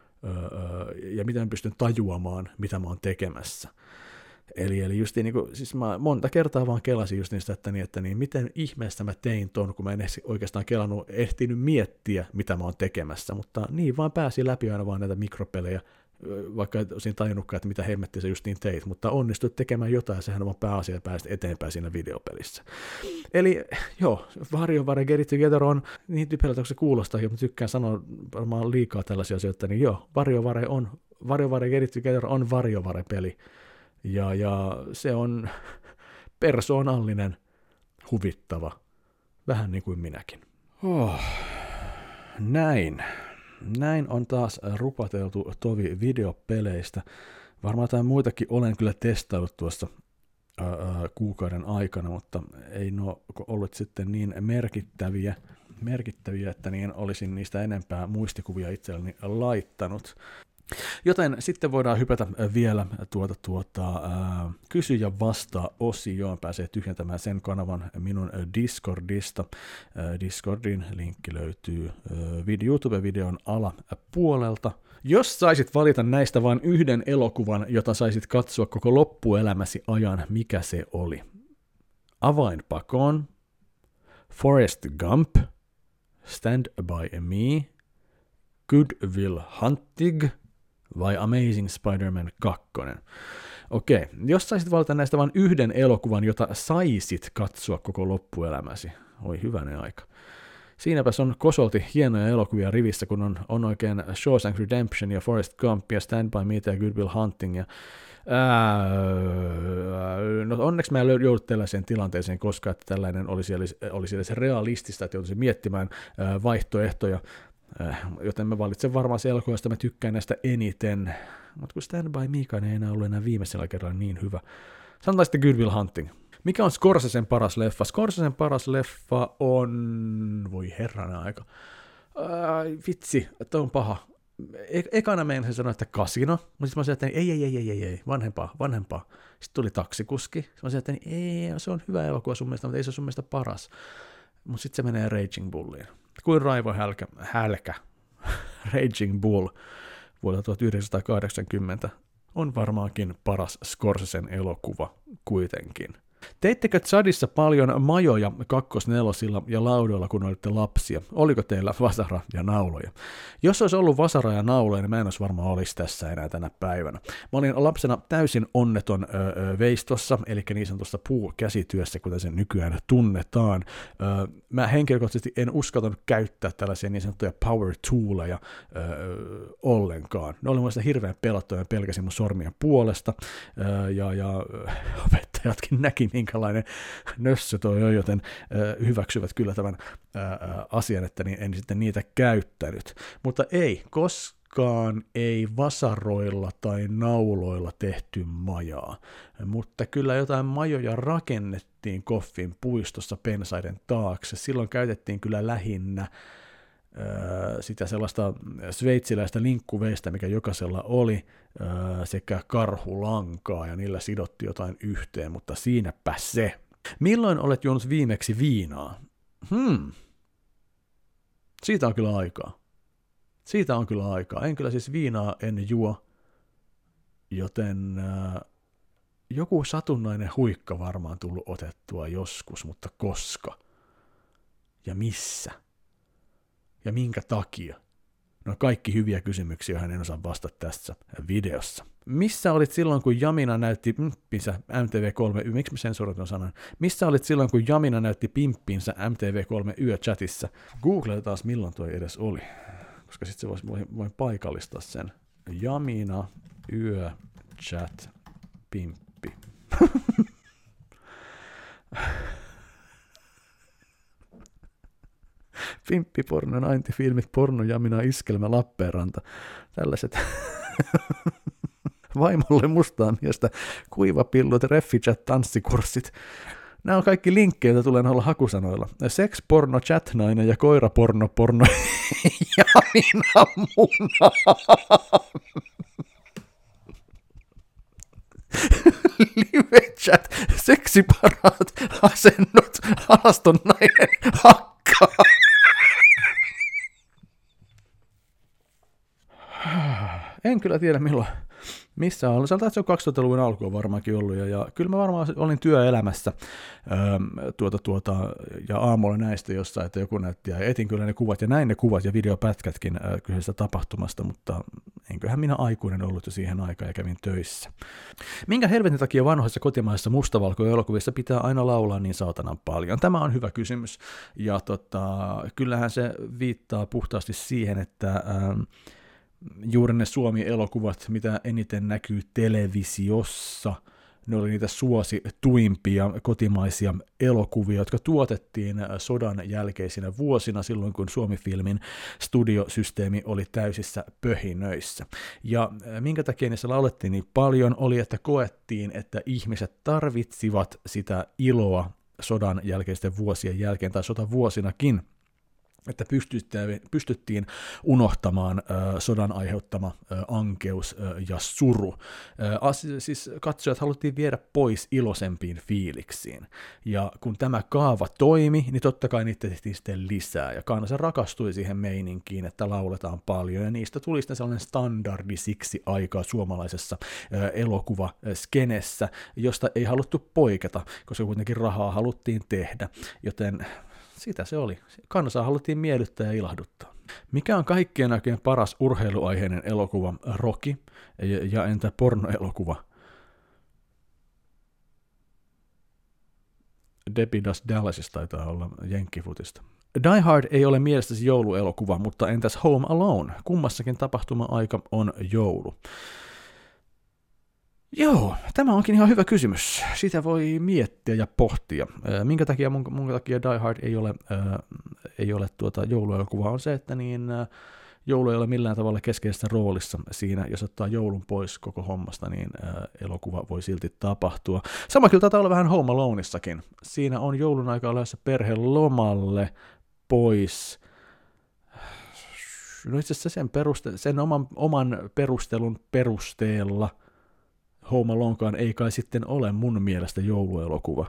ja miten pystyn tajuamaan, mitä mä oon tekemässä. Eli just niin kuin, siis mä monta kertaa vaan kelasin just niistä, että miten ihmeestä mä tein ton, kun mä en oikeastaan ehtinyt miettiä, mitä mä oon tekemässä, mutta niin vaan pääsin läpi aina vaan näitä mikropelejä, vaikka olisin tajunnutkaan, että mitä hemmettiä sä just niin teit, mutta onnistuit tekemään jotain, ja sehän on vaan pääasia, että pääsit eteenpäin siinä videopelissä. Eli joo, WarioWare Get Together on niin typerältä, kun se kuulostaa, ja mä tykkään sanoa varmaan liikaa tällaisia asioita, niin joo, WarioWare Get Together on WarioWare-peli. Ja se on persoonallinen, huvittava, vähän niin kuin minäkin. Näin on taas rupateltu tovi videopeleistä. Varmaan jotain muitakin olen kyllä testaillut tuossa kuukauden aikana, mutta ei ne ole ollut sitten niin merkittäviä, että niin olisin niistä enempää muistikuvia itselleni laittanut. Joten sitten voidaan hypätä vielä kysy ja vastaa -osioon. Pääsee tyhjentämään sen kanavan minun Discordista. Discordin linkki löytyy YouTube-videon alapuolelta. Jos saisit valita näistä vain yhden elokuvan, jota saisit katsoa koko loppuelämäsi ajan, mikä se oli? Avainpakoon, Forrest Gump, Stand by Me, Good Will Hunting vai Amazing Spider-Man 2? Okei, jos saisit valita näistä vain yhden elokuvan, jota saisit katsoa koko loppuelämäsi. Oi hyvänen aika. Siinäpäs on kosolti hienoja elokuvia rivissä, kun on oikein Shawshank Redemption ja Forrest Gump ja Stand by Me ja Good Will Hunting. Ja, no onneksi mä en joudu tällaiseen tilanteeseen, koska että tällainen olisi edes realistista, että joutuisin miettimään vaihtoehtoja. Joten mä valitsen varmaan se elokuva, josta mä tykkään näistä eniten. Mutta kun Stand by Me ei enää ollut enää viimeisellä kerralla niin hyvä. Sanotaan sitten Good Will Hunting. Mikä on Scorsesen paras leffa? Scorsesen paras leffa on... Voi herranen aika. Vitsi, että on paha. ekana meinasin sanoa, että kasino, mutta sitten mä sanoin, että ei, vanhempaa. Sitten tuli taksikuski, sitten mä sanoin, että ei, se on hyvä elokuva sun mielestä, mutta ei se ole sun mielestä paras. Mutta sitten se menee Raging Bulliin. Kuin Raivo Hälkä. Raging Bull vuodelta 1980 on varmaankin paras Scorsesen elokuva kuitenkin. Teittekö Tsadissa paljon majoja kakkosnelosilla ja laudoilla, kun olitte lapsia? Oliko teillä vasara ja nauloja? Jos olisi ollut vasara ja nauloja, niin mä en olisi varmaan olisi tässä enää tänä päivänä. Mä olin lapsena täysin onneton veistossa, eli niin sanotussa puukäsityössä, kuten se nykyään tunnetaan. Mä henkilökohtaisesti en uskaltanut käyttää tällaisia niin sanottuja power tooleja ollenkaan. Ne oli mun mielestä hirveän pelottavia, ja pelkäsin mun sormien puolesta, ja opettajatkin näki, minkälainen nössö toi on, joten hyväksyvät kyllä tämän asian, että en sitten niitä käyttänyt. Mutta ei, koskaan ei vasaroilla tai nauloilla tehty majaa, mutta kyllä jotain majoja rakennettiin Koffin puistossa pensaiden taakse. Silloin käytettiin kyllä lähinnä sitä sellaista sveitsiläistä linkkuveistä, mikä jokaisella oli, sekä karhulankaa, ja niillä sidottiin jotain yhteen, mutta siinäpä se. Milloin olet juonut viimeksi viinaa? Siitä on kyllä aikaa. En kyllä siis viinaa en juo, joten joku satunnainen huikka varmaan tullut otettua joskus, mutta koska? Ja missä? Ja minkä takia? No kaikki hyviä kysymyksiä, joihin en osaa vastata tässä videossa. Missä olit silloin, kun Jamina näytti pimppinsä MTV3, miksi mä sensuroin sanan? Missä olit silloin, kun Jamina näytti pimppinsä MTV3 yöchatissa? Google taas milloin toi edes oli, koska sitten se voin paikallistaa sen. Jamina yöchat pimppi. Pimppiporno, naintifilmit, porno, Jamina, iskelmä, Lappeenranta. Tällaiset vaimolle mustaa miestä, kuivapillut, reffichat, tanssikurssit. Nämä on kaikki linkkejä, joita tulee olla hakusanoilla. Sex, porno, chatnainen ja koiraporno, porno, Jamina, muna. Live chat, seksiparat, asennot, alaston nainen, hakkaa. En kyllä tiedä missä on. Se on 2000-luvun alku on varmaankin ollut, ja kyllä mä varmaan olin työelämässä ja aamulla näistä jossain, että joku näytti, ja etin kyllä ne kuvat, ja näin ne kuvat ja videopätkätkin kyseisestä tapahtumasta, mutta enköhän minä aikuinen ollut jo siihen aikaan ja kävin töissä. Minkä helvetin takia vanhoissa kotimaisissa mustavalkoelokuvissa pitää aina laulaa niin saatanan paljon? Tämä on hyvä kysymys, ja kyllähän se viittaa puhtaasti siihen, että juuri ne Suomi-elokuvat, mitä eniten näkyy televisiossa, ne oli niitä suosituimpia kotimaisia elokuvia, jotka tuotettiin sodan jälkeisinä vuosina, silloin kun Suomi-filmin studiosysteemi oli täysissä pöhinöissä. Ja minkä takia niissä laulettiin niin paljon, oli, että koettiin, että ihmiset tarvitsivat sitä iloa sodan jälkeisten vuosien jälkeen, tai sotavuosinakin, että pystyttiin unohtamaan sodan aiheuttama ankeus ja suru. Siis katsojat haluttiin viedä pois iloisempiin fiiliksiin. Ja kun tämä kaava toimi, niin totta kai niitä tehtiin sitten lisää. Ja kansa rakastui siihen meininkiin, että lauletaan paljon. Ja niistä tuli sitten sellainen standardi siksi aikaa suomalaisessa elokuvaskenessä, josta ei haluttu poiketa, koska kuitenkin rahaa haluttiin tehdä. Joten sitä se oli. Kansaa haluttiin miellyttää ja ilahduttaa. Mikä on kaikkien aikojen paras urheiluaiheinen elokuva? Rocky. Ja entä pornoelokuva? Debbie Does Dallas taitaa olla jenkkifutista. Die Hard ei ole mielestäsi jouluelokuva, mutta entäs Home Alone? Kummassakin tapahtuma-aika on joulu. Joo, tämä onkin ihan hyvä kysymys. Sitä voi miettiä ja pohtia. Minkä takia Die Hard ei ole jouluelokuva on se, että joulu ei ole millään tavalla keskeisessä roolissa siinä. Jos ottaa joulun pois koko hommasta, niin elokuva voi silti tapahtua. Sama kyllä taitaa olla vähän Home Aloneissakin. Siinä on joulun aikaa lähdössä perhe lomalle pois no itse asiassa sen oman perustelun perusteella Home Alonekaan ei kai sitten ole mun mielestä jouluelokuva,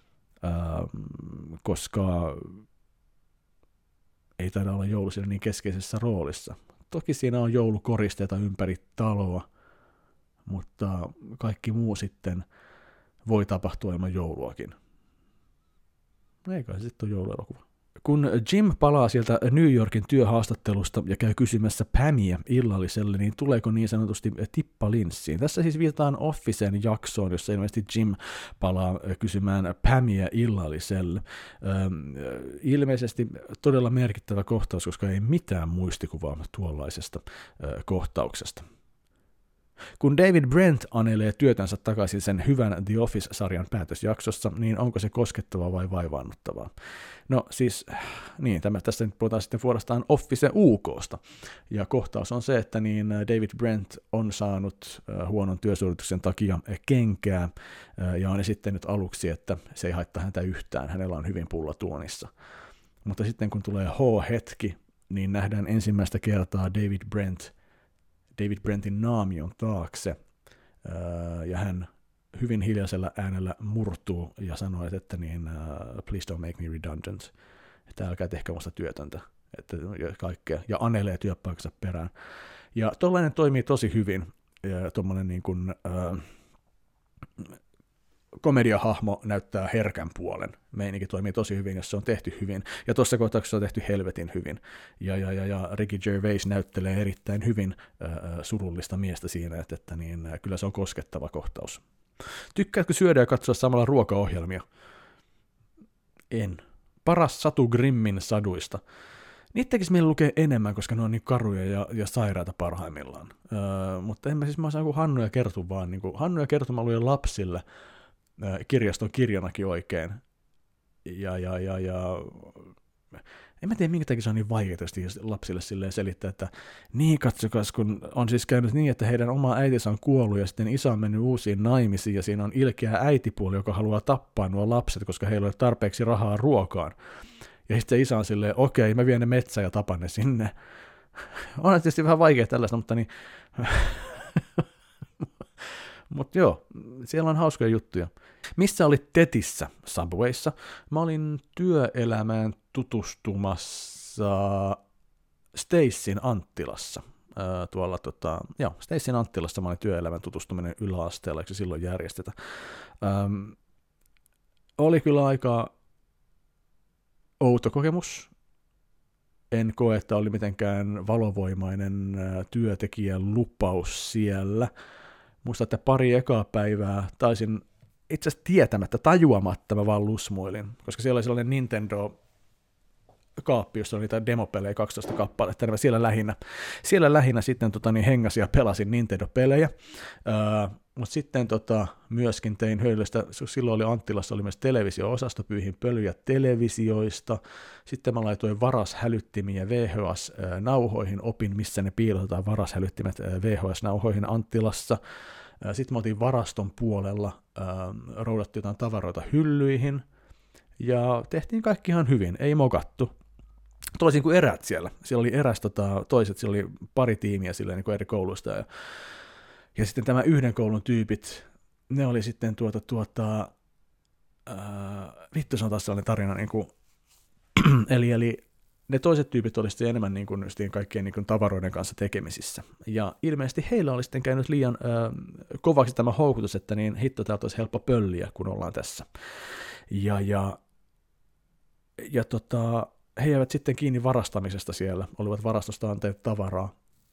koska ei taida olla joulu siinä niin keskeisessä roolissa. Toki siinä on joulukoristeita ympäri taloa, mutta kaikki muu sitten voi tapahtua ilman jouluakin. Eikä se sitten ole jouluelokuva. Kun Jim palaa sieltä New Yorkin työhaastattelusta ja käy kysymässä Pamia illalliselle, niin tuleeko niin sanotusti tippa linssiin? Tässä siis viitataan Officen jaksoon, jossa ilmeisesti Jim palaa kysymään Pamia illalliselle. Ilmeisesti todella merkittävä kohtaus, koska ei mitään muistikuvaa tuollaisesta kohtauksesta. Kun David Brent anelee työtänsä takaisin sen hyvän The Office-sarjan päätösjaksossa, niin onko se koskettavaa vai vaivaannuttavaa? No siis, niin, tässä nyt puhutaan sitten vuorostaan Office UK:sta. Ja kohtaus on se, että niin David Brent on saanut huonon työsuorituksen takia kenkää, ja on esittänyt aluksi, että se ei haittaa häntä yhtään, hänellä on hyvin pulla tuonissa. Mutta sitten kun tulee H-hetki, niin nähdään ensimmäistä kertaa David Brentin naamion taakse, ja hän hyvin hiljaisella äänellä murtuu ja sanoo, että niin, please don't make me redundant, että älkää tehkää musta työtöntä, että kaikkea, ja anelee työpaikkansa perään. Ja tollainen toimii tosi hyvin, tuommoinen niin kuin komediahahmo näyttää herkän puolen. Meininki toimii tosi hyvin, jos se on tehty hyvin. Ja tuossa kohtauksessa on tehty helvetin hyvin. Ja Ricky Gervais näyttelee erittäin hyvin surullista miestä siinä, että niin, kyllä se on koskettava kohtaus. Tykkäätkö syödä ja katsoa samalla ruokaohjelmia? En. Paras Satu Grimmin saduista. Niitä tekisi meillä lukea enemmän, koska ne on niin karuja ja sairaita parhaimmillaan. Mutta en mä siis, mä osaan kuin Hannu ja Kertu vaan. Niin kuin Hannu ja Kertu mä luin lapsille kirjaston kirjanakin oikein. Ja en mä tiedä, minkä takia se on niin vaikeaa lapsille silleen selittää, että niin katsokas, kun on siis käynyt niin, että heidän oma äitinsä on kuollut ja sitten isä on mennyt uusiin naimisiin ja siinä on ilkeä äitipuoli, joka haluaa tappaa nuo lapset, koska heillä ei ole tarpeeksi rahaa ruokaan. Ja sitten se isä on silleen, okei, mä vien ne metsään ja tapan ne sinne. On tietysti vähän vaikea tällaista, mutta niin... Mutta joo, siellä on hauskoja juttuja. Missä olit Tetissä Subwayssa? Mä olin työelämään tutustumassa Stacyn Anttilassa. Stacyn Anttilassa mä olin työelämän tutustuminen yläasteella, eikö se silloin järjestetä. Oli kyllä aika outo kokemus. En koe, että oli mitenkään valovoimainen työntekijän lupaus siellä. Muistan, että pari ekaa päivää taisin itse asiassa tietämättä, tajuamatta mä vaan lusmuilin, koska siellä oli sellainen Nintendo-kaappi, jossa oli niitä demopelejä 12 kappaletta, ja siellä lähinnä sitten hengasin ja pelasin Nintendo-pelejä, mutta sitten myöskin tein höylystä, silloin oli Anttilassa oli myös televisio-osasto, pyyhin pölyjä televisioista, sitten mä laitoin varashälyttimiä VHS-nauhoihin, opin missä ne piilotetaan varashälyttimet VHS-nauhoihin Anttilassa, sitten mä otin varaston puolella, roudattiin jotain tavaroita hyllyihin, ja tehtiin kaikki ihan hyvin, ei mokattu. Toisin kuin erät siellä. Siellä oli toiset, siellä oli pari tiimiä silleen, niin kuin eri kouluista, ja sitten tämä yhden koulun tyypit, ne oli sitten vittu se on taas sellainen tarina, niin kuin, eli ne toiset tyypit oli sitten enemmän niin kuin kaikkien niin kuin tavaroiden kanssa tekemisissä. Ja ilmeisesti heillä oli sitten käynyt liian kovaksi tämä houkutus, että niin hitto täältä olisi helppo pölliä, kun ollaan tässä. Ja he jäivät sitten kiinni varastamisesta siellä, olivat varastosta anteet tavaraa.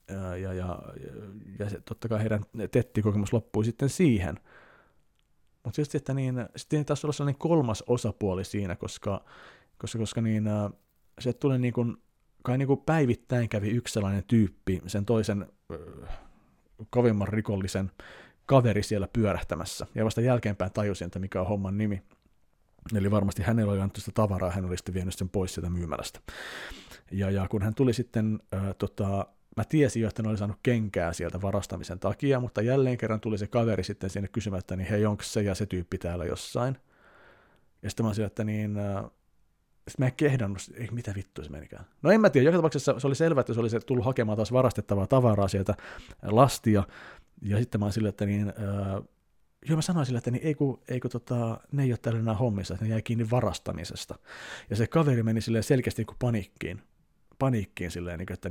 Ja totta kai heidän tettikokemus loppui sitten siihen. Mutta just, että niin, sitten taas olla sellainen kolmas osapuoli siinä, koska niin, se tuli niin kuin, kai niin kuin päivittäin kävi yksi sellainen tyyppi, sen toisen kovimman rikollisen kaveri siellä pyörähtämässä. Ja vasta jälkeenpäin tajusin, että mikä on homman nimi. Eli varmasti hänellä oli annettu sitä tavaraa, hän oli sitten vienyt sen pois sieltä myymälästä. Ja kun hän tuli sitten, mä tiesin jo, että hän oli saanut kenkää sieltä varastamisen takia, mutta jälleen kerran tuli se kaveri sitten sinne kysymään, että niin hei, onko se ja se tyyppi täällä jossain? Ja sitten mä olisin, että niin, Sitten mä en kehdannut, ei mitä vittua se menikään. No en mä tiedä, joka tapauksessa se oli selvä, että se oli tullut hakemaan taas varastettavaa tavaraa sieltä lastia, ja sitten mä oon silleen, että mä sanoin sille, että ne ei ole täällä enää hommissa, että ne jäi kiinni varastamisesta. Ja se kaveri meni silleen selkeästi paniikkiin silleen, että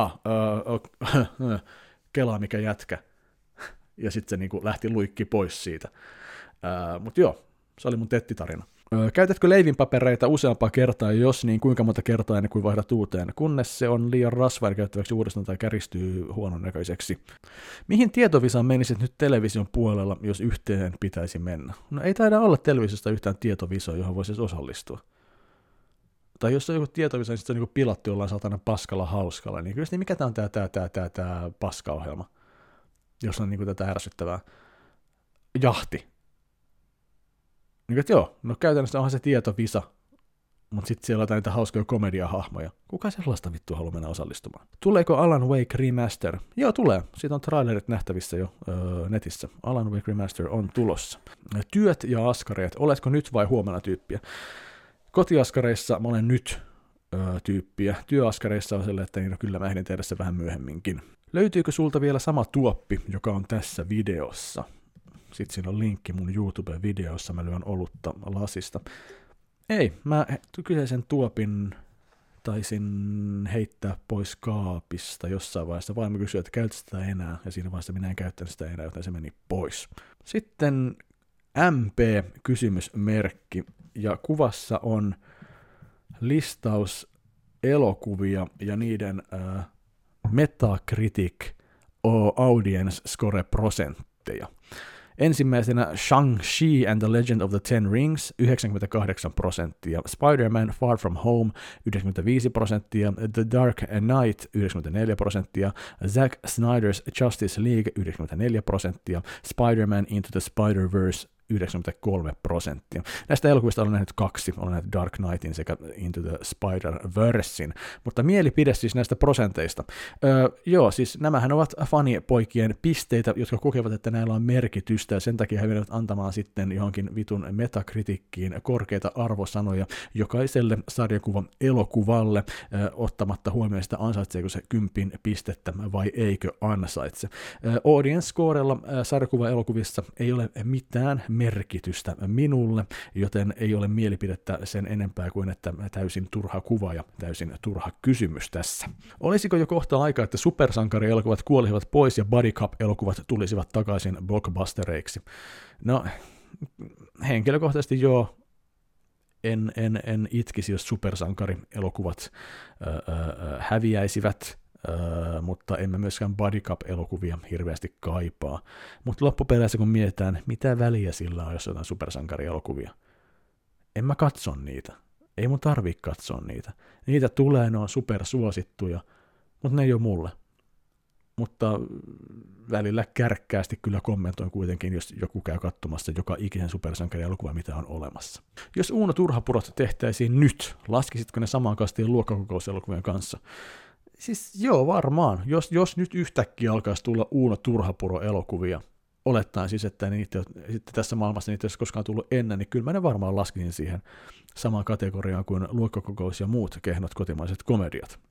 kelaa mikä jätkä. Ja sitten se lähti luikki pois siitä. Mutta joo, se oli mun tettitarina. Käytätkö leivinpapereita useampaa kertaa, jos niin kuinka monta kertaa ennen kuin vaihdat uuteen, kunnes se on liian rasvainen käyttäväksi uudestaan tai käristyy huonon näköiseksi? Mihin tietovisaan menisit nyt television puolella, jos yhteen pitäisi mennä? No ei taida olla televisiosta yhtään tietovisoa, johon voisi osallistua. Tai jos on joku tietovisa, niin sitten se on pilattu jollain saatana paskalla hauskalla, niin kyllä niin mikä tämä on tämä paskaohjelma, jos on tätä ärsyttävää jahti. Niin, että joo, no käytännössä onhan se tietovisa, mutta sitten siellä on näitä hauskoja komediahahmoja. Kuka sellaista vittua haluaa mennä osallistumaan? Tuleeko Alan Wake Remaster? Joo, tulee. Siitä on trailerit nähtävissä jo netissä. Alan Wake Remaster on tulossa. Työt ja askareet. Oletko nyt vai huomenna tyyppiä? Kotiaskareissa mä olen nyt tyyppiä. Työaskareissa on sellainen, että kyllä mä ehdin tehdä se vähän myöhemminkin. Löytyykö sulta vielä sama tuoppi, joka on tässä videossa? Sitten siinä on linkki mun YouTube-videossa, mä lyön olutta lasista. Ei, mä kyseisen tuopin taisin heittää pois kaapista jossain vaiheessa. Vaimo kysyi, että käytä sitä enää, ja siinä vaiheessa minä en käyttänyt sitä enää, joten se meni pois. Sitten MP-kysymysmerkki, ja kuvassa on listaus elokuvia ja niiden Metacritic Audience Score-prosentteja. Ensimmäisenä Shang-Chi and the Legend of the Ten Rings, 98%, Spider-Man Far From Home, 95%, The Dark Knight, 94%, Zack Snyder's Justice League, 94%, Spider-Man Into the Spider-Verse, 93%. Näistä elokuvista olen nähnyt 2, olen nähnyt Dark Knightin sekä Into the Spider-Versein, mutta mielipide siis näistä prosenteista. Joo, siis nämähän ovat fanipoikien pisteitä, jotka kokevat, että näillä on merkitystä, ja sen takia he menevät antamaan sitten johonkin vitun Metacritickiin korkeita arvosanoja jokaiselle sarjakuvan elokuvalle, ottamatta huomioon sitä, ansaitseeko se 10 pistettä vai eikö ansaitse. Audience scorella sarjakuva-elokuvissa ei ole mitään merkitystä minulle, joten ei ole mielipidettä sen enempää kuin, että täysin turha kuva ja täysin turha kysymys tässä. Olisiko jo kohta aika, että supersankarielokuvat kuolisivat pois ja body cup-elokuvat tulisivat takaisin blockbustereiksi? No, henkilökohtaisesti joo, en itkisi, jos supersankarielokuvat häviäisivät, mutta emme myöskään body cup-elokuvia hirveästi kaipaa. Mutta loppupeleissä kun mietitään, mitä väliä sillä on, jos jotain supersankarielokuvia. En mä katso niitä. Ei mun tarvii katsoa niitä. Niitä tulee, ne on supersuosittuja, mutta ne ei ole mulle. Mutta välillä kärkkäästi kyllä kommentoin kuitenkin, jos joku käy katsomassa joka ikisen supersankarielokuva, mitä on olemassa. Jos Uuno Turhapurot tehtäisiin nyt, laskisitko ne samaan kastiin luokkakokouselokuvien kanssa? Siis joo, varmaan. Jos nyt yhtäkkiä alkaisi tulla Uuno Turhapuro-elokuvia, olettaen siis, että sitten tässä maailmassa niitä ei olisi koskaan tullut ennen, niin kyllä mä ne varmaan laskisin siihen samaan kategoriaan kuin luokkakokous ja muut kehnot kotimaiset komediat.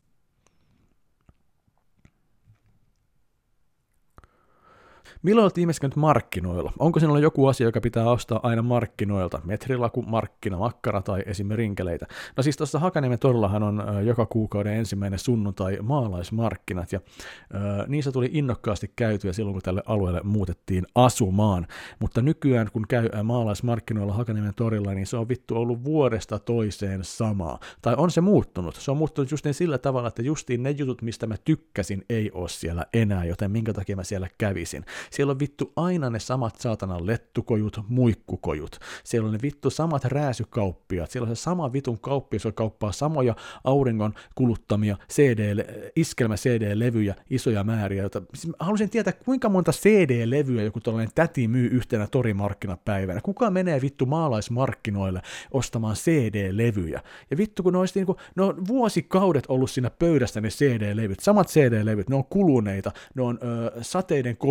Milloin olet viimeksi käynyt markkinoilla? Onko sinulla joku asia, joka pitää ostaa aina markkinoilta? Metrilaku, markkina, makkara tai esimerkiksi rinkeleitä? No siis tuossa Hakaniemen todellahan on joka kuukauden ensimmäinen sunnuntai maalaismarkkinat, ja niissä tuli innokkaasti käytyä silloin, kun tälle alueelle muutettiin asumaan. Mutta nykyään, kun käy maalaismarkkinoilla Hakaniemen torilla, niin se on vittu ollut vuodesta toiseen samaa. Tai on se muuttunut? Se on muuttunut just niin sillä tavalla, että justiin ne jutut, mistä mä tykkäsin, ei ole siellä enää, joten minkä takia mä siellä kävisin. Siellä on vittu aina ne samat saatanan lettukojut, muikkukojut. Siellä on ne vittu samat rääsykauppiat. Siellä on se sama vitun kauppias, joka kauppaa samoja auringon kuluttamia iskelmä-CD-levyjä, isoja määriä. Siis haluaisin tietää, kuinka monta CD-levyä joku tällainen täti myy yhtenä torimarkkinapäivänä. Kuka menee vittu maalaismarkkinoille ostamaan CD-levyjä? Ja vittu, kun ne on vuosikaudet ollut siinä pöydässä ne CD-levyt. Samat CD-levyt, ne on kuluneita, ne on sateiden kostuttamia.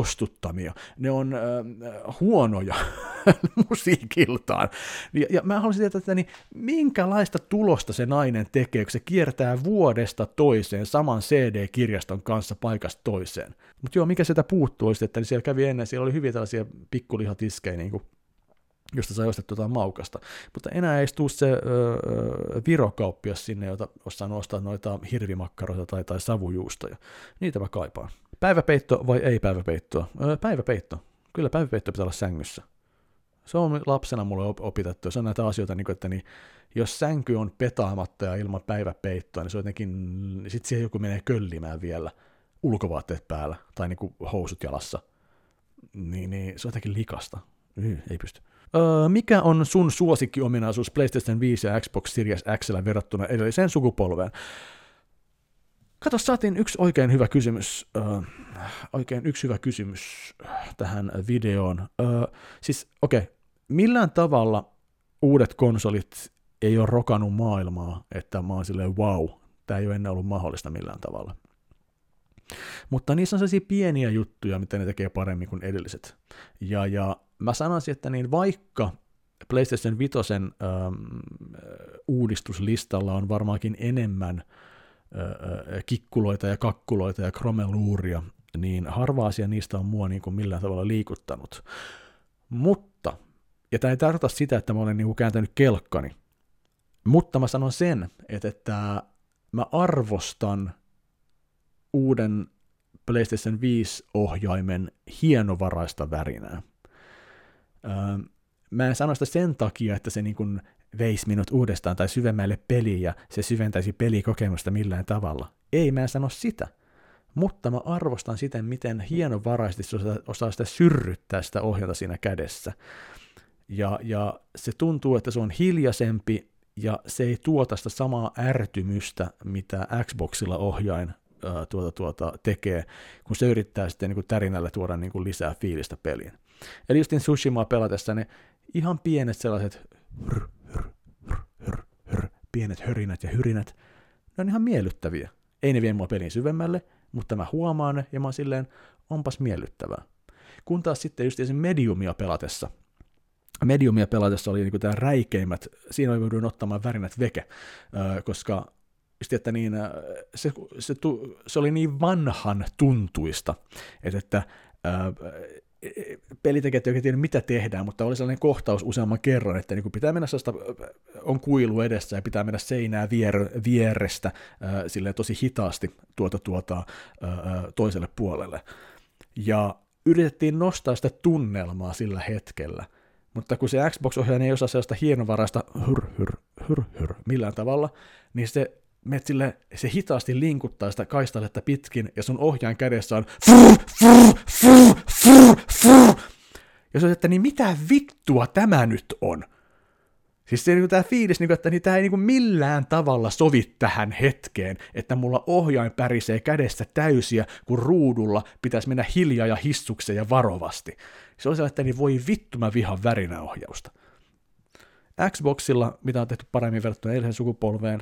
levottomia, ne on huonoja musiikiltaan. Ja mä haluaisin tietää, että niin, minkälaista tulosta se nainen tekee, kun se kiertää vuodesta toiseen saman CD-kirjaston kanssa paikasta toiseen. Mutta joo, mikä sieltä puuttuu, olisi, että niin siellä kävi ennen, siellä oli hyviä tällaisia pikkulihatiskejä, niin kuin, josta sai ostettua jotain maukasta. Mutta enää ei tule se virokauppias sinne, jota osaan ostaa noita hirvimakkaroita tai savujuustoja. Niitä mä kaipaan. Päiväpeitto vai ei päiväpeittoa? Päiväpeitto. Kyllä päiväpeitto pitää olla sängyssä. Se on lapsena mulle opitettu. Se on näitä asioita, että jos sänky on petaamatta ja ilman päiväpeittoa, niin se on jotenkin, sitten siihen joku menee köllimään vielä ulkovaatteet päällä tai niin kuin housut jalassa. Niin se on jotenkin likasta. Ei pysty. Mikä on sun suosikkiominaisuus PlayStation 5 ja Xbox Series X:llä verrattuna edelliseen sukupolveen? Kato, saatiin yksi oikein hyvä kysymys tähän videoon. Siis millään tavalla uudet konsolit ei ole rokannut maailmaa, että mä oon silleen wow, tää ei ole ennen ollut mahdollista millään tavalla. Mutta niissä on sellaisia pieniä juttuja, mitä ne tekee paremmin kuin edelliset. Ja mä sanoisin, että niin vaikka PlayStation 5 uudistuslistalla on varmaankin enemmän kikkuloita ja kakkuloita ja kromeluuria, niin harva asia niistä on mua niin kuin millään tavalla liikuttanut. Mutta, ja tämä ei tarkoita sitä, että mä olen niin kuin kääntänyt kelkkani, mutta mä sanon sen, että mä arvostan uuden PlayStation 5-ohjaimen hienovaraista värinää. Mä en sano sitä sen takia, että se niin kuin veisi minut uudestaan tai syvemmälle peliin ja se syventäisi pelikokemusta millään tavalla. Ei, mä en sano sitä. Mutta mä arvostan sitä, miten hienovaraisesti se osaa sitä syrryttää sitä ohjata siinä kädessä. Ja se tuntuu, että se on hiljaisempi ja se ei tuota sitä samaa ärtymystä, mitä Xboxilla ohjain tekee, kun se yrittää sitten niin kuin tärinällä tuoda niin kuin lisää fiilistä peliin. Eli just Tsushimaa pelatessa ne ihan pienet sellaiset pienet hörinät ja hyrinät, ne on ihan miellyttäviä. Ei ne vie mua pelin syvemmälle, mutta mä huomaan ne ja mä oon silleen, onpas miellyttävää. Kun taas sitten just Mediumia pelatessa oli niinku tää räikeimmät, siinä oli joudun ottamaan värinät veke, koska just, että niin, se oli niin vanhan tuntuista, että pelitekijät ei oikein tiedä, mitä tehdään, mutta oli sellainen kohtaus useamman kerran, että niin pitää mennä sellaista, on kuilu edessä ja pitää mennä seinää vierestä silleen tosi hitaasti toiselle puolelle. Ja yritettiin nostaa sitä tunnelmaa sillä hetkellä, mutta kun se Xbox-ohjaaja ei osaa sellaista hienovaraista millään tavalla, niin se hitaasti linkuttaa sitä kaistaletta pitkin, ja sun ohjaajan kädessä on ja se on, että niin mitä vittua tämä nyt on? Siis se, niin tämä fiilis, että niin tämä ei niin millään tavalla sovi tähän hetkeen, että mulla ohjain pärisee kädessä täysiä, kun ruudulla pitäisi mennä hiljaa ja hissukseen ja varovasti. Se on sellainen, että niin voi vittu mä vihaan värinäohjausta. Xboxilla, mitä on tehty paremmin verrattuna eilisen sukupolveen,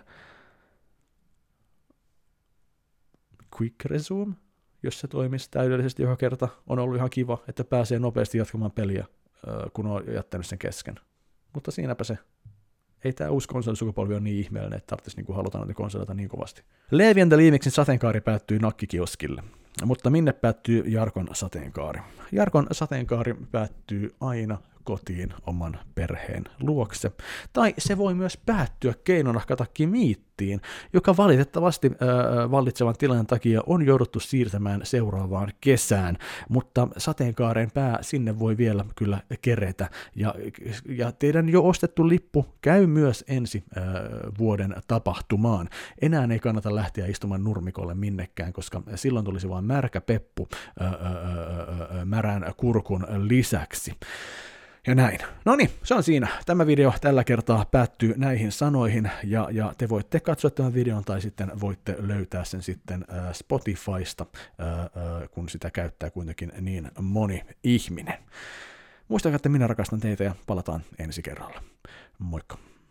Quick Resume, jos se toimisi täydellisesti joka kerta, on ollut ihan kiva, että pääsee nopeasti jatkamaan peliä, kun on jättänyt sen kesken. Mutta siinäpä se. Ei tämä uusi konsolisukupolvi ole niin ihmeellinen, että tarvitsisi niin haluta noita konsoleita niin kovasti. Leevi and the Leavingsin sateenkaari päättyy nakkikioskille. Mutta minne päättyy Jarkon sateenkaari? Jarkon sateenkaari päättyy aina kotiin oman perheen luokse. Tai se voi myös päättyä Keinonahkatakki-miittiin, joka valitettavasti vallitsevan tilanteen takia on jouduttu siirtämään seuraavaan kesään, mutta sateenkaaren pää sinne voi vielä kyllä kerätä. Ja teidän jo ostettu lippu käy myös ensi vuoden tapahtumaan. Enää ei kannata lähteä istumaan nurmikolle minnekään, koska silloin tulisi vain märkä peppu märän kurkun lisäksi. Ja näin. No niin, se on siinä. Tämä video tällä kertaa päättyy näihin sanoihin, ja te voitte katsoa tämän videon, tai sitten voitte löytää sen sitten Spotifysta, kun sitä käyttää kuitenkin niin moni ihminen. Muistakaa, että minä rakastan teitä, ja palataan ensi kerralla. Moikka!